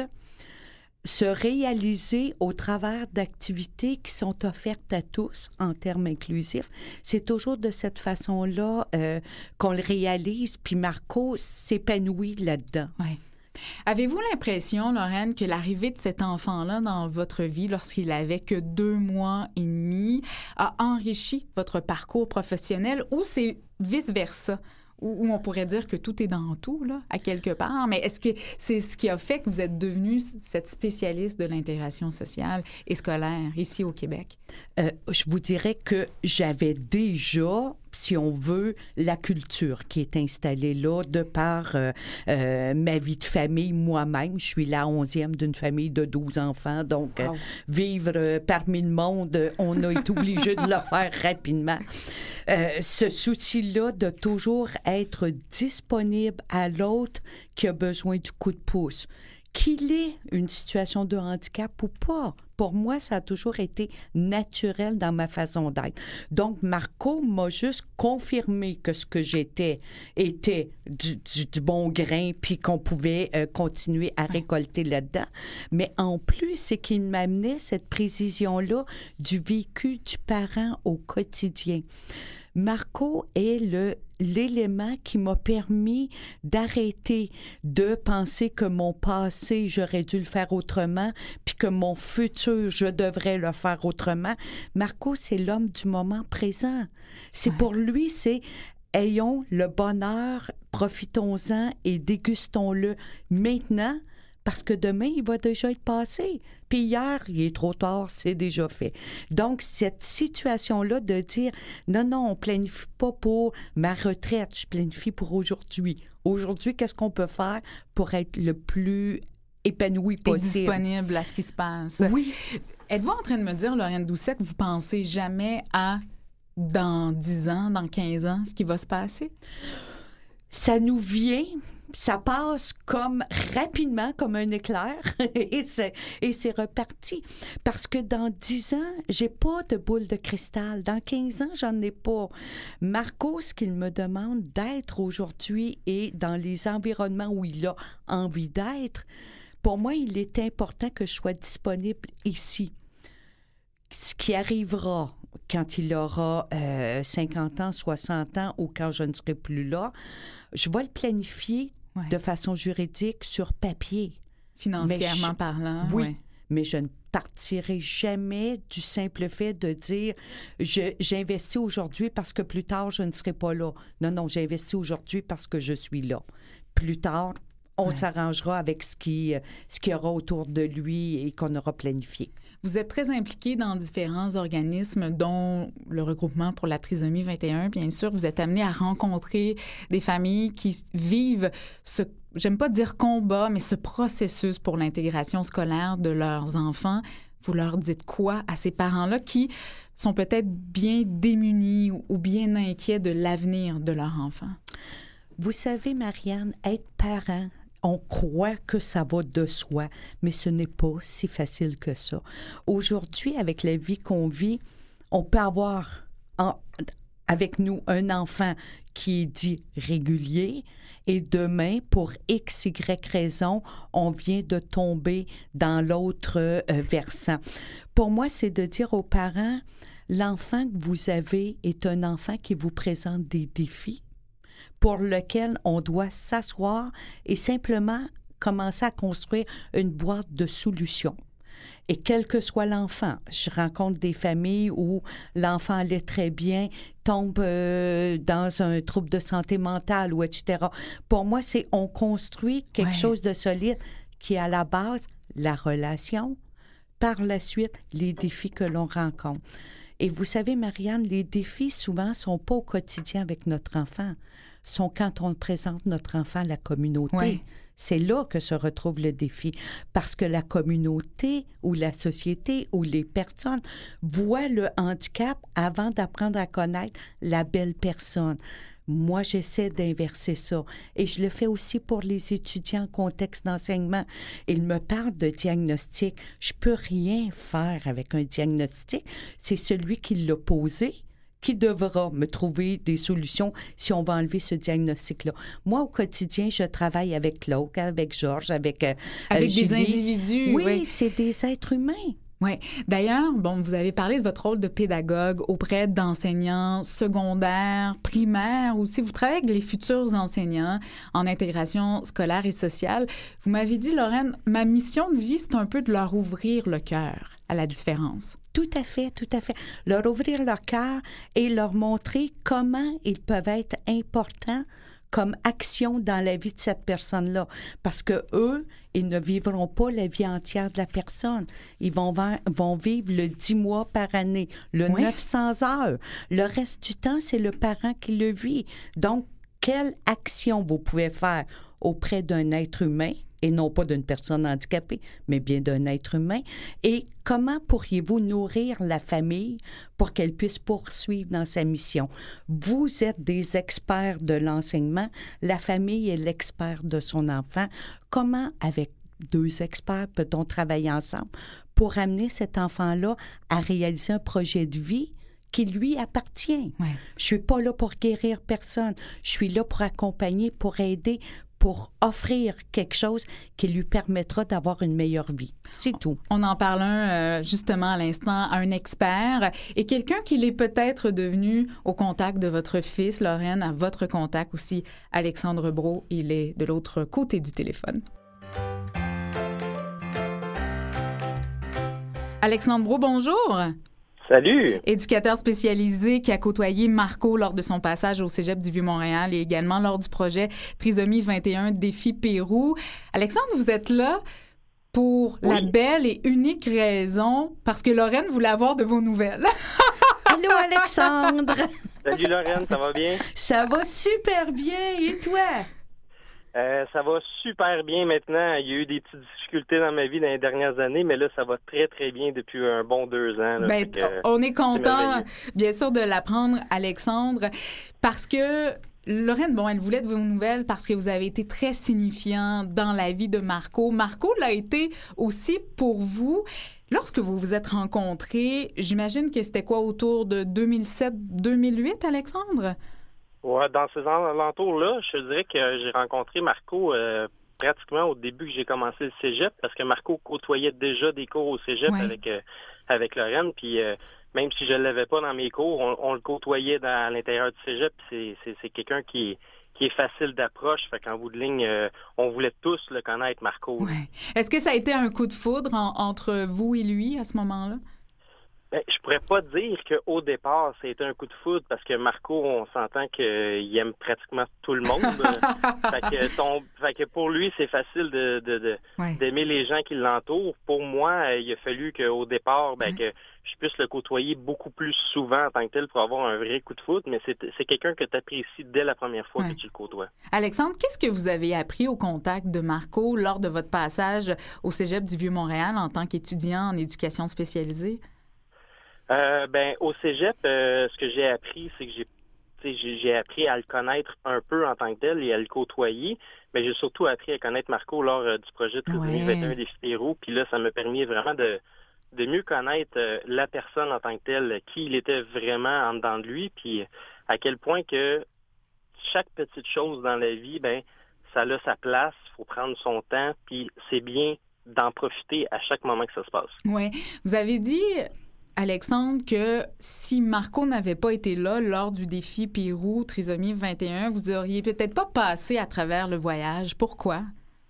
se réaliser au travers d'activités qui sont offertes à tous en termes inclusifs. C'est toujours de cette façon-là euh, qu'on le réalise, puis Marco s'épanouit là-dedans. Oui. Avez-vous l'impression, Lorraine, que l'arrivée de cet enfant-là dans votre vie, lorsqu'il avait que deux mois et demi, a enrichi votre parcours professionnel, ou c'est vice-versa? Où on pourrait dire que tout est dans tout, là, à quelque part. Mais est-ce que c'est ce qui a fait que vous êtes devenue cette spécialiste de l'intégration sociale et scolaire ici au Québec? Euh, je vous dirais que j'avais déjà, si on veut, la culture qui est installée là de par euh, euh, ma vie de famille moi-même. Je suis la onzième d'une famille de douze enfants, donc euh, wow. vivre euh, parmi le monde, on a été obligé de le faire rapidement. Euh, ce souci-là de toujours être disponible à l'autre qui a besoin du coup de pouce, qu'il ait une situation de handicap ou pas. Pour moi, ça a toujours été naturel dans ma façon d'être. Donc, Marco m'a juste confirmé que ce que j'étais était du, du, du bon grain, puis qu'on pouvait euh, continuer à récolter là-dedans. Mais en plus, c'est qu'il m'amenait cette précision-là du vécu du parent au quotidien. Marco est le l'élément qui m'a permis d'arrêter de penser que mon passé, j'aurais dû le faire autrement, puis que mon futur, je devrais le faire autrement. Marco, c'est l'homme du moment présent. C'est ouais. Pour lui, c'est ayons le bonheur, profitons-en et dégustons-le maintenant, parce que demain, il va déjà être passé. Puis hier, il est trop tard, c'est déjà fait. Donc, cette situation-là de dire, non, non, on ne planifie pas pour ma retraite, je planifie pour aujourd'hui. Aujourd'hui, qu'est-ce qu'on peut faire pour être le plus épanoui possible? Et disponible à ce qui se passe. Oui. Êtes-vous en train de me dire, Lauriane Doucet, que vous pensez jamais à, dans dix ans, dans quinze ans, ce qui va se passer? Ça nous vient... Ça passe comme rapidement, comme un éclair, et c'est, et c'est reparti. Parce que dans dix ans, j'ai pas de boule de cristal. Dans quinze ans, j'en ai pas. Marco, ce qu'il me demande d'être aujourd'hui et dans les environnements où il a envie d'être, pour moi, il est important que je sois disponible ici. Ce qui arrivera quand il aura euh, cinquante ans, soixante ans ou quand je ne serai plus là, je vais le planifier ouais. de façon juridique sur papier. Financièrement je, parlant. Oui, ouais. mais je ne partirai jamais du simple fait de dire je, j'investis aujourd'hui parce que plus tard, je ne serai pas là. Non, non, j'investis aujourd'hui parce que je suis là. Plus tard, on ouais. s'arrangera avec ce qui, ce qu'il y aura autour de lui et qu'on aura planifié. Vous êtes très impliqué dans différents organismes, dont le regroupement pour la trisomie vingt et un. Bien sûr, vous êtes amené à rencontrer des familles qui vivent ce, j'aime pas dire combat, mais ce processus pour l'intégration scolaire de leurs enfants. Vous leur dites quoi à ces parents-là qui sont peut-être bien démunis ou bien inquiets de l'avenir de leur enfant? Vous savez, Marianne, être parent, on croit que ça va de soi, mais ce n'est pas si facile que ça. Aujourd'hui, avec la vie qu'on vit, on peut avoir en, avec nous un enfant qui est dit régulier et demain, pour X, Y raison, on vient de tomber dans l'autre euh, versant. Pour moi, c'est de dire aux parents, l'enfant que vous avez est un enfant qui vous présente des défis, pour lequel on doit s'asseoir et simplement commencer à construire une boîte de solutions. Et quel que soit l'enfant, je rencontre des familles où l'enfant allait très bien, tombe euh, dans un trouble de santé mentale ou et cetera. Pour moi, c'est on construit quelque ouais. chose de solide qui est à la base la relation, par la suite les défis que l'on rencontre. Et vous savez, Marianne, les défis souvent sont pas au quotidien avec notre enfant, sont quand on présente notre enfant à la communauté. Ouais. C'est là que se retrouve le défi, parce que la communauté ou la société ou les personnes voient le handicap avant d'apprendre à connaître la belle personne. Moi, j'essaie d'inverser ça. Et je le fais aussi pour les étudiants en contexte d'enseignement. Ils me parlent de diagnostic. Je peux rien faire avec un diagnostic. C'est celui qui l'a posé qui devra me trouver des solutions si on va enlever ce diagnostic-là. Moi, au quotidien, je travaille avec Claude, avec Georges, avec euh, Avec Julie. des individus. Oui, oui. c'est des êtres humains. Oui. D'ailleurs, bon, vous avez parlé de votre rôle de pédagogue auprès d'enseignants secondaires, primaires aussi. Vous travaillez avec les futurs enseignants en intégration scolaire et sociale. Vous m'avez dit, Lorraine, ma mission de vie, c'est un peu de leur ouvrir le cœur à la différence. Tout à fait, tout à fait. Leur ouvrir leur cœur et leur montrer comment ils peuvent être importants comme action dans la vie de cette personne-là. Parce que eux, ils ne vivront pas la vie entière de la personne. Ils vont, vont vivre le dix mois par année, le oui. neuf cents heures. Le reste du temps, c'est le parent qui le vit. Donc, quelle action vous pouvez faire auprès d'un être humain, et non pas d'une personne handicapée, mais bien d'un être humain, et comment pourriez-vous nourrir la famille pour qu'elle puisse poursuivre dans sa mission? Vous êtes des experts de l'enseignement, la famille est l'expert de son enfant. Comment, avec deux experts, peut-on travailler ensemble pour amener cet enfant-là à réaliser un projet de vie qui lui appartient? Ouais. Je suis pas là pour guérir personne, je suis là pour accompagner, pour aider, pour offrir quelque chose qui lui permettra d'avoir une meilleure vie. C'est tout. On en parle un, euh, justement, à l'instant, un expert et quelqu'un qui l'est peut-être devenu au contact de votre fils, Lorraine, à votre contact aussi, Alexandre Brault. Il est de l'autre côté du téléphone. Alexandre Brault, bonjour. Salut! Éducateur spécialisé qui a côtoyé Marco lors de son passage au Cégep du Vieux-Montréal et également lors du projet Trisomie vingt et un Défi Pérou. Alexandre, vous êtes là pour oui. la belle et unique raison parce que Lorraine voulait avoir de vos nouvelles. Allô, Alexandre! Salut, Lorraine, ça va bien? Ça va super bien. Et toi? Euh, ça va super bien maintenant. Il y a eu des petites difficultés dans ma vie dans les dernières années, mais là, ça va très, très bien depuis un bon deux ans. Là, ben, que, on est content, bien sûr, de l'apprendre, Alexandre, parce que Lorraine, bon, elle voulait de vos nouvelles parce que vous avez été très signifiant dans la vie de Marco. Marco l'a été aussi pour vous. Lorsque vous vous êtes rencontrés, j'imagine que c'était quoi, autour de deux mille sept deux mille huit, Alexandre? Ouais, dans ces alentours-là, je te dirais que j'ai rencontré Marco euh, pratiquement au début que j'ai commencé le cégep, parce que Marco côtoyait déjà des cours au cégep ouais. avec euh, avec Lorraine, puis euh, même si je ne l'avais pas dans mes cours, on, on le côtoyait dans, à l'intérieur du cégep. C'est, c'est, c'est quelqu'un qui, qui est facile d'approche, fait qu'en bout de ligne, euh, on voulait tous le connaître, Marco. Ouais. Est-ce que ça a été un coup de foudre en, entre vous et lui à ce moment-là? Ben, je pourrais pas dire qu'au départ, c'était un coup de foudre parce que Marco, on s'entend qu'il aime pratiquement tout le monde. fait, que son, fait que pour lui, c'est facile de, de, de ouais. d'aimer les gens qui l'entourent. Pour moi, il a fallu qu'au départ, ben, ouais. que je puisse le côtoyer beaucoup plus souvent en tant que tel pour avoir un vrai coup de foudre, mais c'est, c'est quelqu'un que tu apprécies dès la première fois ouais. que tu le côtoies. Alexandre, qu'est-ce que vous avez appris au contact de Marco lors de votre passage au Cégep du Vieux-Montréal en tant qu'étudiant en éducation spécialisée? Euh, ben, au cégep, euh, ce que j'ai appris, c'est que j'ai, j'ai, j'ai appris à le connaître un peu en tant que tel et à le côtoyer, mais j'ai surtout appris à connaître Marco lors euh, du projet Trisomie vingt et un Défi Pérou, puis là, ça m'a permis vraiment de, de mieux connaître euh, la personne en tant que telle, qui il était vraiment en dedans de lui, puis à quel point que chaque petite chose dans la vie, ben, ça a sa place, il faut prendre son temps, puis c'est bien d'en profiter à chaque moment que ça se passe. Oui. Vous avez dit, Alexandre, que si Marco n'avait pas été là lors du défi Pérou Trisomie vingt et un, vous auriez peut-être pas passé à travers le voyage. Pourquoi?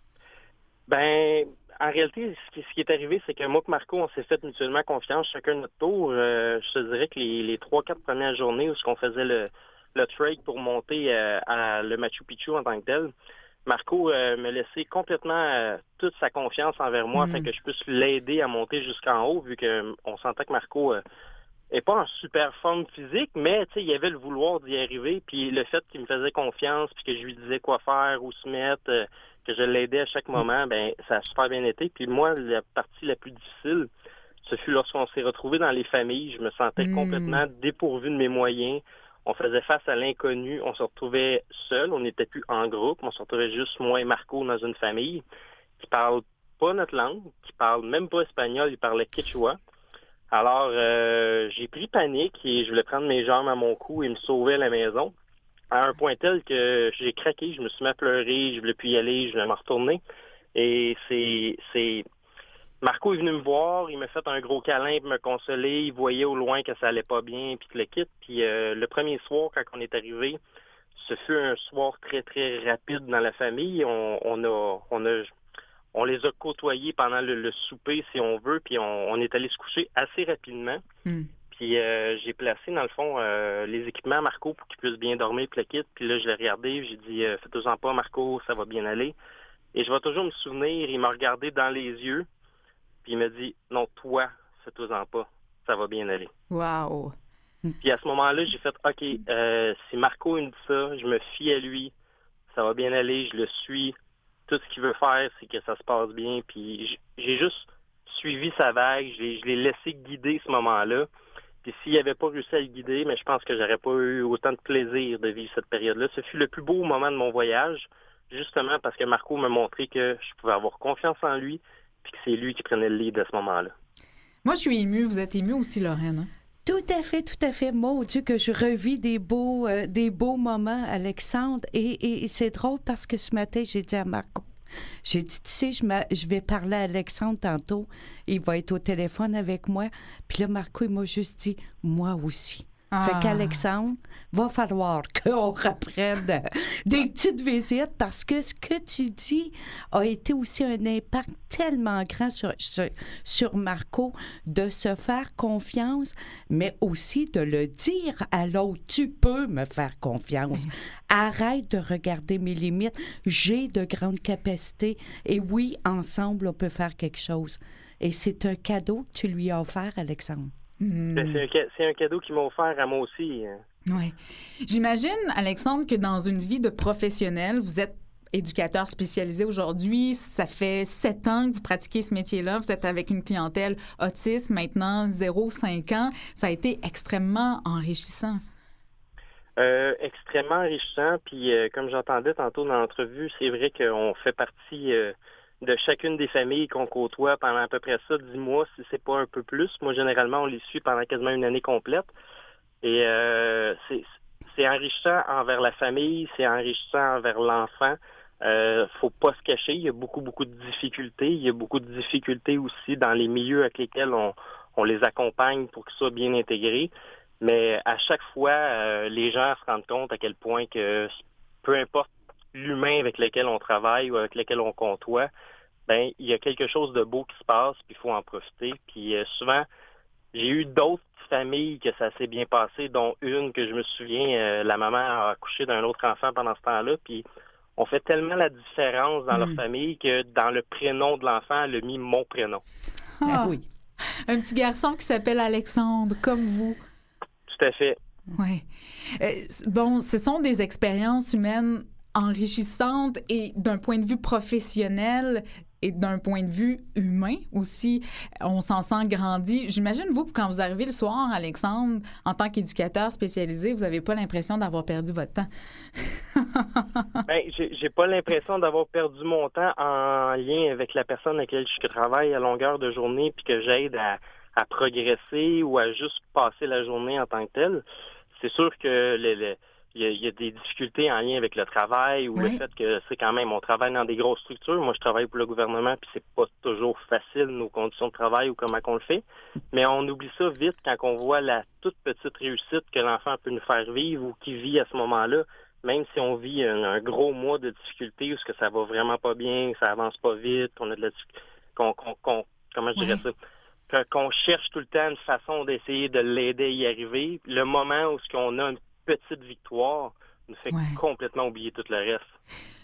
Ben, en réalité, ce qui, ce qui est arrivé, c'est que moi et Marco, on s'est fait mutuellement confiance, chacun de notre tour. Euh, je te dirais que les, les trois, quatre premières journées où on faisait le, le trek pour monter euh, à le Machu Picchu en tant que tel, Marco euh, me laissait complètement euh, toute sa confiance envers moi, mmh. afin que je puisse l'aider à monter jusqu'en haut, vu qu'on sentait que Marco, euh, n'est pas en super forme physique, mais tu sais, il y avait le vouloir d'y arriver, puis le fait qu'il me faisait confiance, puis que je lui disais quoi faire, où se mettre, euh, que je l'aidais à chaque moment, ben ça a super bien été. Puis moi, la partie la plus difficile, ce fut lorsqu'on s'est retrouvés dans les familles. Je me sentais Mm. complètement dépourvu de mes moyens. On faisait face à l'inconnu. On se retrouvait seul. On n'était plus en groupe. On se retrouvait juste moi et Marco dans une famille qui parle pas notre langue, qui parle même pas espagnol. Il parlait quechua. Alors, euh, j'ai pris panique et je voulais prendre mes jambes à mon cou et me sauver à la maison. À un point tel que j'ai craqué, je me suis mis à pleurer, je voulais plus y aller, je voulais me retourner. Et c'est, c'est, Marco est venu me voir, il m'a fait un gros câlin pour me consoler, il voyait au loin que ça allait pas bien, puis tout le kit. Puis euh, le premier soir, quand on est arrivé, ce fut un soir très, très rapide dans la famille. On, on a, on a, on les a côtoyés pendant le, le souper, si on veut, puis on, on est allé se coucher assez rapidement. Mm. Puis euh, j'ai placé, dans le fond, euh, les équipements à Marco pour qu'il puisse bien dormir, puis le kit. Puis là, je l'ai regardé, j'ai dit euh, « Faites-en pas, Marco, ça va bien aller. » Et je vais toujours me souvenir, il m'a regardé dans les yeux, puis il m'a dit « Non, toi, fais-en pas, ça va bien aller. » Wow! Puis à ce moment-là, j'ai fait « OK, euh, si Marco il me dit ça, je me fie à lui, ça va bien aller, je le suis. Tout ce qu'il veut faire, c'est que ça se passe bien. » Puis j'ai juste suivi sa vague, je l'ai, je l'ai laissé guider ce moment-là. Puis s'il n'avait pas réussi à le guider, mais je pense que j'aurais pas eu autant de plaisir de vivre cette période-là. Ce fut le plus beau moment de mon voyage, justement parce que Marco m'a montré que je pouvais avoir confiance en lui, puis que c'est lui qui prenait le lead à ce moment-là. Moi, je suis émue. Vous êtes émue aussi, Lorraine, hein? Tout à fait, tout à fait. Mon Dieu, que je revis des beaux, euh, des beaux moments, Alexandre. Et, et, et c'est drôle parce que ce matin, j'ai dit à Marco, j'ai dit, tu sais, je, m'a- je vais parler à Alexandre tantôt. Il va être au téléphone avec moi. Puis là, Marco, il m'a juste dit, moi aussi. Ah. Fait qu'Alexandre, va falloir qu'on reprenne des petites visites parce que ce que tu dis a été aussi un impact tellement grand sur, sur, sur Marco de se faire confiance, mais aussi de le dire à l'autre. Tu peux me faire confiance. Arrête de regarder mes limites. J'ai de grandes capacités et oui, ensemble, on peut faire quelque chose. Et c'est un cadeau que tu lui as offert, Alexandre. Mm. Ben, C'est, un, ca- c'est un cadeau qu'il m'a offert à moi aussi. Oui. J'imagine, Alexandre, que dans une vie de professionnel, vous êtes éducateur spécialisé aujourd'hui. Ça fait sept ans que vous pratiquez ce métier-là. Vous êtes avec une clientèle autiste, maintenant zéro à cinq ans. Ça a été extrêmement enrichissant. Euh, extrêmement enrichissant. Puis euh, comme j'entendais tantôt dans l'entrevue, c'est vrai qu'on fait partie euh, de chacune des familles qu'on côtoie pendant à peu près ça, dix mois, si c'est pas un peu plus. Moi, généralement, on les suit pendant quasiment une année complète. Et euh, c'est, c'est enrichissant envers la famille, c'est enrichissant envers l'enfant. Euh, faut pas se cacher, il y a beaucoup, beaucoup de difficultés. Il y a beaucoup de difficultés aussi dans les milieux avec lesquels on, on les accompagne pour qu'ils soient bien intégrés. Mais à chaque fois, euh, les gens se rendent compte à quel point que peu importe l'humain avec lequel on travaille ou avec lequel on côtoie, ben il y a quelque chose de beau qui se passe, puis il faut en profiter. Puis euh, souvent, j'ai eu d'autres familles que ça s'est bien passé, dont une que je me souviens, euh, la maman a accouché d'un autre enfant pendant ce temps-là, puis on fait tellement la différence dans Mm. leur famille que dans le prénom de l'enfant, elle a mis mon prénom. Ah Ah, oui. un petit garçon qui s'appelle Alexandre, comme vous. Tout à fait. Oui. Euh, bon, ce sont des expériences humaines enrichissantes et d'un point de vue professionnel et d'un point de vue humain aussi, on s'en sent grandi. J'imagine, vous, quand vous arrivez le soir, Alexandre, en tant qu'éducateur spécialisé, vous n'avez pas l'impression d'avoir perdu votre temps. Ben, j'ai, j'ai pas l'impression d'avoir perdu mon temps en lien avec la personne avec laquelle je travaille à longueur de journée puis que j'aide à, à progresser ou à juste passer la journée en tant que telle. C'est sûr que le, le, il y, a, il y a des difficultés en lien avec le travail ou Oui. le fait que c'est quand même, on travaille dans des grosses structures. Moi, je travaille pour le gouvernement puis c'est pas toujours facile nos conditions de travail ou comment qu'on le fait. Mais on oublie ça vite quand on voit la toute petite réussite que l'enfant peut nous faire vivre ou qu'il vit à ce moment-là. Même si on vit un, un gros mois de difficultés où ce que ça va vraiment pas bien, ça avance pas vite, on a de la qu'on, qu'on, qu'on comment je dirais Ouais. ça, que- qu'on cherche tout le temps une façon d'essayer de l'aider à y arriver. Le moment où ce qu'on a une petite victoire nous fait Ouais. complètement oublier tout le reste.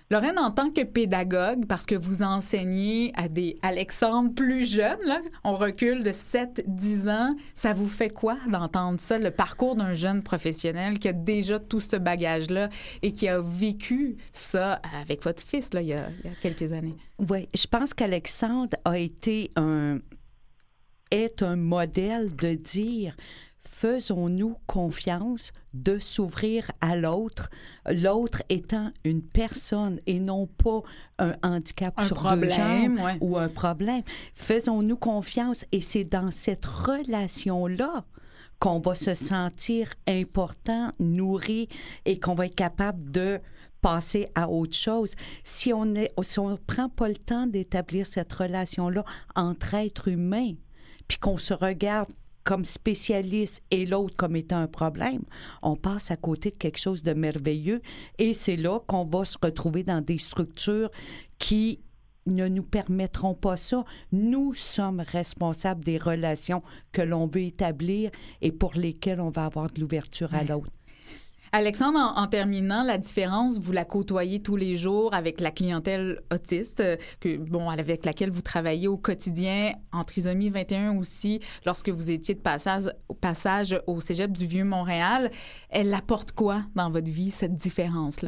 Lorraine, en tant que pédagogue, parce que vous enseignez à des Alexandre plus jeunes, là, on recule de sept à dix ans, ça vous fait quoi d'entendre ça, le parcours d'un jeune professionnel qui a déjà tout ce bagage-là et qui a vécu ça avec votre fils là, il y a, il y a quelques années? Oui, je pense qu'Alexandre a été un... est un modèle de dire... Faisons-nous confiance de s'ouvrir à l'autre, l'autre étant une personne et non pas un handicap un sur problème, deux jambes ouais. ou un problème. Faisons-nous confiance et c'est dans cette relation-là qu'on va se sentir important, nourri et qu'on va être capable de passer à autre chose. Si on ne si on prend pas le temps d'établir cette relation-là entre êtres humains, puis qu'on se regarde comme spécialiste et l'autre comme étant un problème, on passe à côté de quelque chose de merveilleux et c'est là qu'on va se retrouver dans des structures qui ne nous permettront pas ça. Nous sommes responsables des relations que l'on veut établir et pour lesquelles on va avoir de l'ouverture à l'autre. Alexandre, en, en terminant, la différence, vous la côtoyez tous les jours avec la clientèle autiste, euh, que, bon, avec laquelle vous travaillez au quotidien, en trisomie vingt et un aussi, lorsque vous étiez de passage, passage au Cégep du Vieux-Montréal. Elle apporte quoi dans votre vie, cette différence-là?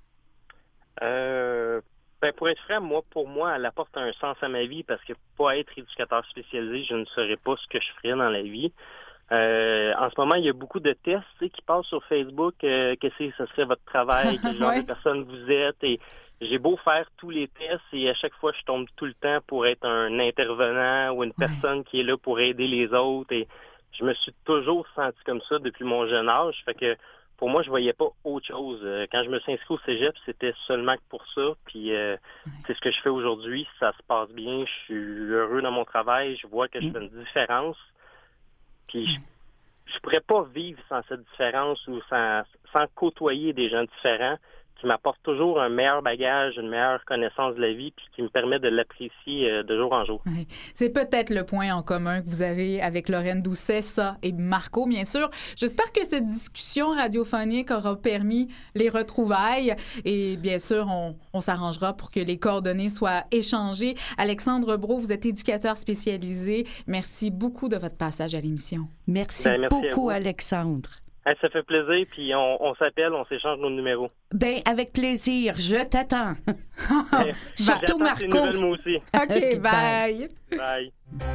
Euh, ben pour être franc, moi, pour moi, elle apporte un sens à ma vie parce que pas être éducateur spécialisé, je ne saurais pas ce que je ferais dans la vie. Euh, en ce moment, il y a beaucoup de tests tu sais, qui passent sur Facebook. Euh, qu'est-ce que ce serait votre travail? Quel genre ouais. de personne vous êtes? Et j'ai beau faire tous les tests et à chaque fois, je tombe tout le temps pour être un intervenant ou une ouais. personne qui est là pour aider les autres. Et je me suis toujours senti comme ça depuis mon jeune âge. Fait que pour moi, je voyais pas autre chose. Quand je me suis inscrit au Cégep, c'était seulement que pour ça. Puis euh, ouais. c'est ce que je fais aujourd'hui. Ça se passe bien. Je suis heureux dans mon travail. Je vois que je fais une différence. Puis je, je pourrais pas vivre sans cette différence ou sans, sans côtoyer des gens différents qui m'apportent toujours un meilleur bagage, une meilleure connaissance de la vie puis qui me permet de l'apprécier de jour en jour. Oui. C'est peut-être le point en commun que vous avez avec Lorraine Doucet, ça, et Marco, bien sûr. J'espère que cette discussion radiophonique aura permis les retrouvailles et bien sûr, on, on s'arrangera pour que les coordonnées soient échangées. Alexandre Brault, vous êtes éducateur spécialisé. Merci beaucoup de votre passage à l'émission. Merci, ben, merci beaucoup, Alexandre. Hey, ça fait plaisir, puis on, on s'appelle, on s'échange nos numéros. Ben avec plaisir, je t'attends. Hey, surtout Marco. Nouvelles, moi aussi. OK, bye. Bye.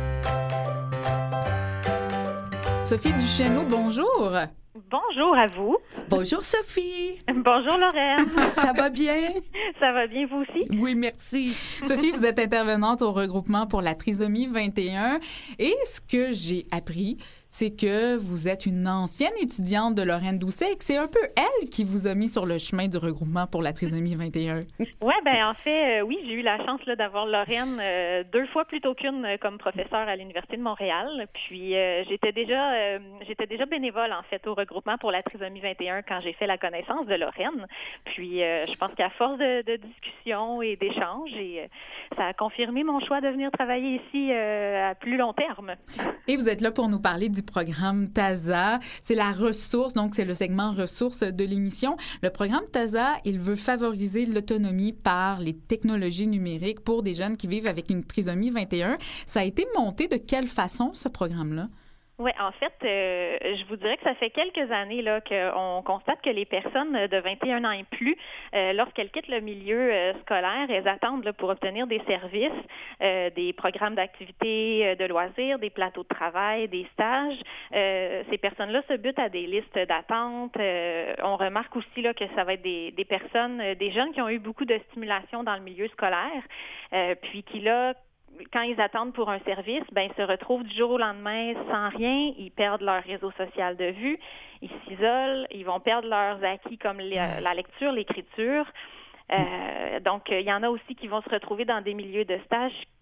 Sophie Duchesneau, bonjour. Bonjour à vous. Bonjour Sophie. Bonjour Lorraine. Ça va bien? Ça va bien, vous aussi? Oui, merci. Sophie, vous êtes intervenante au regroupement pour la trisomie vingt et un et ce que j'ai appris, c'est que vous êtes une ancienne étudiante de Lorraine Doucet et que c'est un peu elle qui vous a mis sur le chemin du regroupement pour la trisomie vingt et un. Oui, bien en fait, euh, oui, j'ai eu la chance là, d'avoir Lorraine euh, deux fois plutôt qu'une euh, comme professeure à l'Université de Montréal. Puis euh, j'étais déjà euh, j'étais déjà bénévole en fait au regroupement pour la trisomie vingt et un quand j'ai fait la connaissance de Lorraine. Puis euh, je pense qu'à force de, de discussions et d'échanges, et, euh, ça a confirmé mon choix de venir travailler ici euh, à plus long terme. Et vous êtes là pour nous parler du programme TASA. C'est la ressource, donc c'est le segment ressources de l'émission. Le programme TASA, il veut favoriser l'autonomie par les technologies numériques pour des jeunes qui vivent avec une trisomie vingt et un. Ça a été monté de quelle façon, ce programme-là? Oui, en fait, euh, je vous dirais que ça fait quelques années là qu'on constate que les personnes de vingt et un ans et plus, euh, lorsqu'elles quittent le milieu euh, scolaire, elles attendent là, pour obtenir des services, euh, des programmes d'activité, euh, de loisirs, des plateaux de travail, des stages. Euh, ces personnes-là se butent à des listes d'attente. Euh, on remarque aussi là, que ça va être des, des personnes, euh, des jeunes qui ont eu beaucoup de stimulation dans le milieu scolaire, euh, puis qui là, quand ils attendent pour un service, ben ils se retrouvent du jour au lendemain sans rien, ils perdent leur réseau social de vue, ils s'isolent, ils vont perdre leurs acquis comme la, la lecture, l'écriture. Euh, donc, il y en a aussi qui vont se retrouver dans des milieux de stage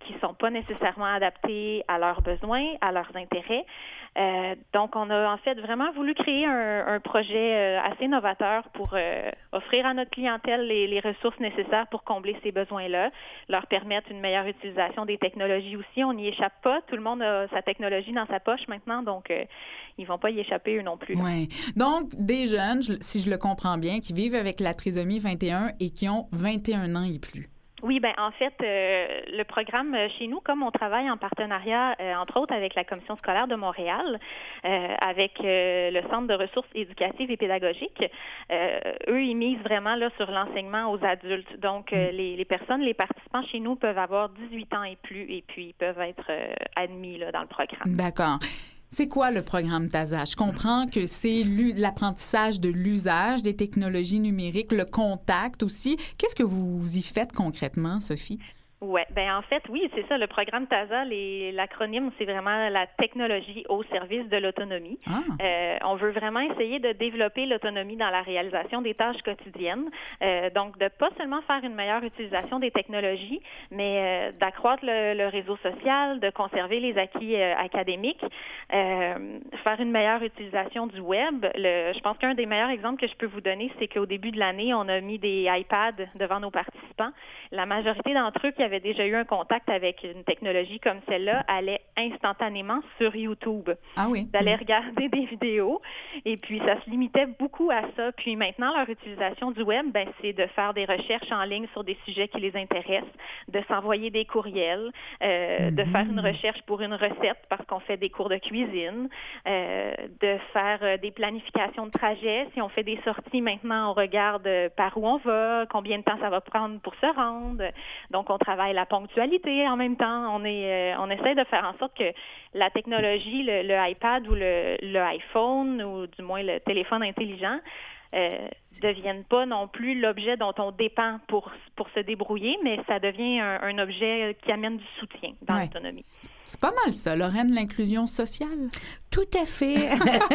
qui sont pas nécessairement adaptés à leurs besoins, à leurs intérêts. Euh, donc, on a en fait vraiment voulu créer un, un projet euh, assez novateur pour euh, offrir à notre clientèle les, les ressources nécessaires pour combler ces besoins-là, leur permettre une meilleure utilisation des technologies aussi. On n'y échappe pas. Tout le monde a sa technologie dans sa poche maintenant, donc euh, ils vont pas y échapper eux non plus. Oui. Donc, des jeunes, je, si je le comprends bien, qui vivent avec la trisomie vingt et un et qui ont vingt et un ans et plus. Oui, ben en fait, euh, le programme chez nous, comme on travaille en partenariat, euh, entre autres, avec la Commission scolaire de Montréal, euh, avec euh, le Centre de ressources éducatives et pédagogiques, euh, eux, ils misent vraiment là sur l'enseignement aux adultes. Donc, euh, les, les personnes, les participants chez nous peuvent avoir dix-huit ans et plus, et puis ils peuvent être euh, admis là, dans le programme. D'accord. C'est quoi le programme TASA? Je comprends que c'est l'apprentissage de l'usage des technologies numériques, le contact aussi. Qu'est-ce que vous y faites concrètement, Sophie? Oui, ben en fait, oui, c'est ça. Le programme TASA, les, l'acronyme, c'est vraiment la technologie au service de l'autonomie. Ah. Euh, on veut vraiment essayer de développer l'autonomie dans la réalisation des tâches quotidiennes. Euh, donc, de pas seulement faire une meilleure utilisation des technologies, mais euh, d'accroître le, le réseau social, de conserver les acquis euh, académiques, euh, faire une meilleure utilisation du web. Le, je pense qu'un des meilleurs exemples que je peux vous donner, c'est qu'au début de l'année, on a mis des iPads devant nos participants. La majorité d'entre eux qui avaient déjà eu un contact avec une technologie comme celle-là allaient instantanément sur YouTube. Ah oui? Ils allaient regarder des vidéos et puis ça se limitait beaucoup à ça. Puis maintenant, leur utilisation du web, ben, c'est de faire des recherches en ligne sur des sujets qui les intéressent, de s'envoyer des courriels, euh, mm-hmm. de faire une recherche pour une recette parce qu'on fait des cours de cuisine, euh, de faire euh, des planifications de trajets. Si on fait des sorties maintenant, on regarde euh, par où on va, combien de temps ça va prendre pour se rendre. Donc, on travaille la ponctualité en même temps. On est, euh, on essaie de faire en sorte que la technologie, le, le iPad ou le, le iPhone ou du moins le téléphone intelligent euh, deviennent pas non plus l'objet dont on dépend pour, pour se débrouiller, mais ça devient un, un objet qui amène du soutien dans ouais. l'autonomie. C'est pas mal ça, Lorraine, l'inclusion sociale. Tout à fait.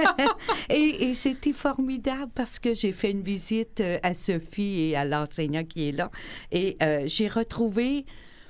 et, et c'était formidable parce que j'ai fait une visite à Sophie et à l'enseignant qui est là et euh, j'ai retrouvé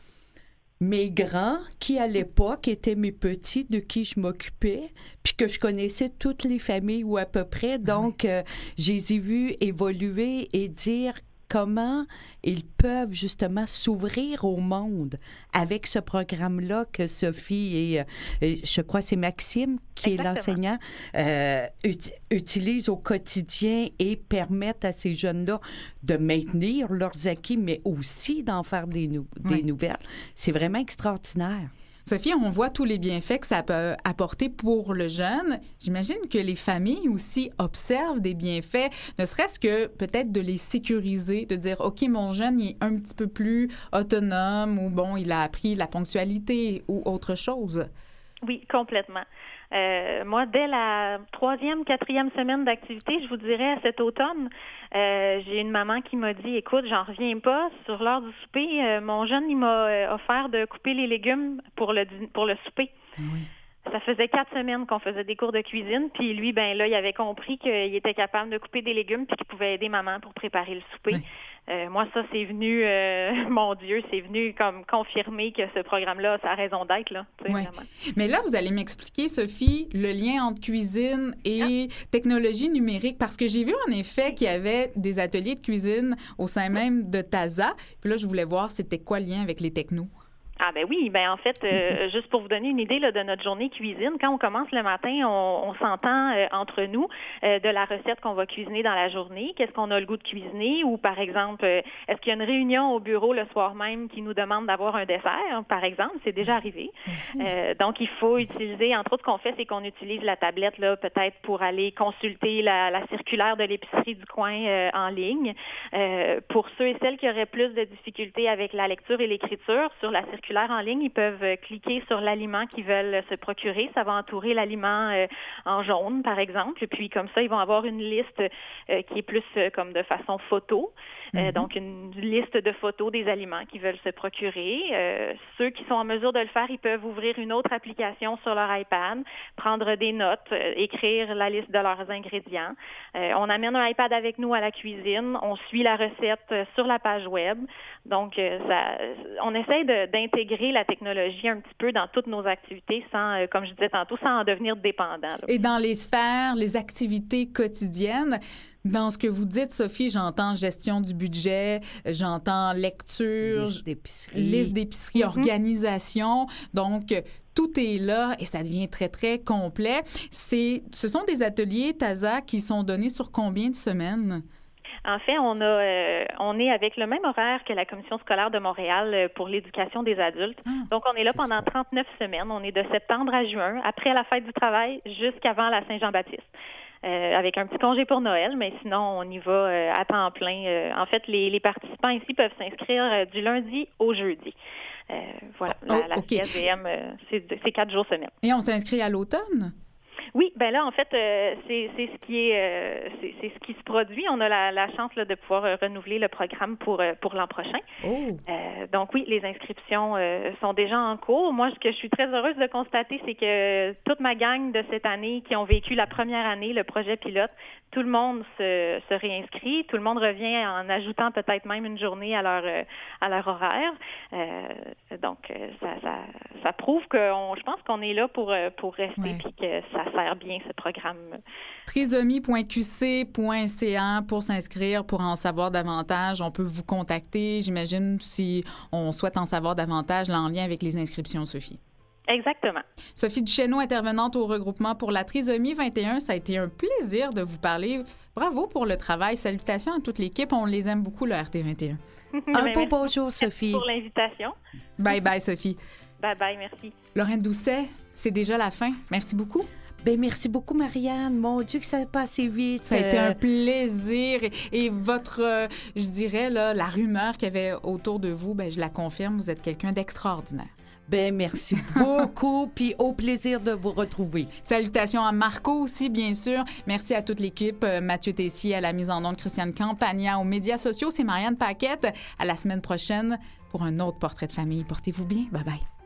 mes grands qui, à l'époque, étaient mes petits de qui je m'occupais, puis que je connaissais toutes les familles ou à peu près. Donc, euh, je les ai vus évoluer et dire comment ils peuvent justement s'ouvrir au monde avec ce programme-là que Sophie et, euh, je crois c'est Maxime qui Exactement. Est l'enseignant, euh, ut- utilise au quotidien et permettent à ces jeunes-là de maintenir leurs acquis, mais aussi d'en faire des, nou- des oui. nouvelles. C'est vraiment extraordinaire. Sophie, on voit tous les bienfaits que ça peut apporter pour le jeune. J'imagine que les familles aussi observent des bienfaits, ne serait-ce que peut-être de les sécuriser, de dire, OK, mon jeune, il est un petit peu plus autonome ou bon, il a appris la ponctualité ou autre chose. Oui, complètement. Euh, moi, dès la troisième, quatrième semaine d'activité, je vous dirais, cet automne, euh, j'ai une maman qui m'a dit, écoute, j'en reviens pas, sur l'heure du souper, euh, mon jeune, il m'a euh, offert de couper les légumes pour le, pour le souper. Ah oui. Ça faisait quatre semaines qu'on faisait des cours de cuisine, puis lui, ben là, il avait compris qu'il était capable de couper des légumes puis qu'il pouvait aider maman pour préparer le souper. Oui. Euh, moi, ça, c'est venu, euh, mon Dieu, c'est venu comme confirmer que ce programme-là, ça a raison d'être, là. Oui. Vraiment. Mais là, vous allez m'expliquer, Sophie, le lien entre cuisine et ah. technologie numérique, parce que j'ai vu, en effet, qu'il y avait des ateliers de cuisine au sein même de TASA. Puis là, je voulais voir c'était quoi le lien avec les technos. Ah ben oui, ben en fait, euh, juste pour vous donner une idée là, de notre journée cuisine, quand on commence le matin, on, on s'entend euh, entre nous euh, de la recette qu'on va cuisiner dans la journée, qu'est-ce qu'on a le goût de cuisiner, ou par exemple, euh, est-ce qu'il y a une réunion au bureau le soir même qui nous demande d'avoir un dessert, par exemple, c'est déjà arrivé. Euh, donc, il faut utiliser, entre autres, ce qu'on fait, c'est qu'on utilise la tablette là, peut-être pour aller consulter la, la circulaire de l'épicerie du coin euh, en ligne. Euh, pour ceux et celles qui auraient plus de difficultés avec la lecture et l'écriture, sur la circulaire en ligne, ils peuvent cliquer sur l'aliment qu'ils veulent se procurer. Ça va entourer l'aliment euh, en jaune, par exemple. Puis comme ça, ils vont avoir une liste euh, qui est plus euh, comme de façon photo. Euh, mm-hmm. Donc, une liste de photos des aliments qu'ils veulent se procurer. Euh, ceux qui sont en mesure de le faire, ils peuvent ouvrir une autre application sur leur iPad, prendre des notes, euh, écrire la liste de leurs ingrédients. Euh, on amène un iPad avec nous à la cuisine. On suit la recette euh, sur la page web. Donc, euh, ça, on essaie de, d'intégrer d'intégrer la technologie un petit peu dans toutes nos activités sans, euh, comme je disais tantôt, sans en devenir dépendant. Là. Et dans les sphères, les activités quotidiennes, dans ce que vous dites, Sophie, j'entends gestion du budget, j'entends lecture, liste d'épicerie, liste d'épicerie, Mm-hmm. organisation. Donc, tout est là et ça devient très, très complet. C'est, ce sont des ateliers, Taza, qui sont donnés sur combien de semaines? En fait, on a, euh, on est avec le même horaire que la Commission scolaire de Montréal euh, pour l'éducation des adultes. Ah, Donc, on est là pendant trente-neuf semaines. On est de septembre à juin, après la fête du travail jusqu'avant la Saint-Jean-Baptiste. Euh, avec un petit congé pour Noël, mais sinon, on y va euh, à temps plein. Euh, en fait, les, les participants ici peuvent s'inscrire euh, du lundi au jeudi. Euh, voilà, Oh, la, la okay. C S V M, euh, c'est, c'est quatre jours semaine. Et on s'inscrit à l'automne? Oui, ben là, en fait, euh, c'est, c'est ce qui est, euh, c'est, c'est ce qui se produit. On a la, la chance là, de pouvoir euh, renouveler le programme pour euh, pour l'an prochain. Oh. Euh, donc oui, les inscriptions euh, sont déjà en cours. Moi, ce que je suis très heureuse de constater, c'est que toute ma gang de cette année qui ont vécu la première année, le projet pilote, tout le monde se, se réinscrit, tout le monde revient en ajoutant peut-être même une journée à leur euh, à leur horaire. Euh, donc ça, ça ça prouve que on, je pense qu'on est là pour pour rester Ouais. puis que ça sert bien ce programme. trisomie point q c point c a pour s'inscrire, pour en savoir davantage. On peut vous contacter, j'imagine, si on souhaite en savoir davantage là, en lien avec les inscriptions, Sophie. Exactement. Sophie Duchesneau, intervenante au regroupement pour la trisomie vingt et un, ça a été un plaisir de vous parler. Bravo pour le travail. Salutations à toute l'équipe. On les aime beaucoup, le R T vingt et un. Un Ben, beau merci bonjour, Sophie. pour l'invitation. Bye bye, Sophie. Bye bye, merci. Lorraine Doucet, c'est déjà la fin. Merci beaucoup. Ben, merci beaucoup, Marianne. Mon Dieu, que ça a passé vite. Ça a été Euh, un plaisir. Et, et votre, euh, je dirais, là, la rumeur qu'il y avait autour de vous, ben, je la confirme, vous êtes quelqu'un d'extraordinaire. Ben, merci beaucoup, puis au plaisir de vous retrouver. Salutations à Marco aussi, bien sûr. Merci à toute l'équipe. Euh, Mathieu Tessier à la mise en onde, Christiane Campagna aux médias sociaux. C'est Marianne Paquette. À la semaine prochaine pour un autre portrait de famille. Portez-vous bien. Bye bye.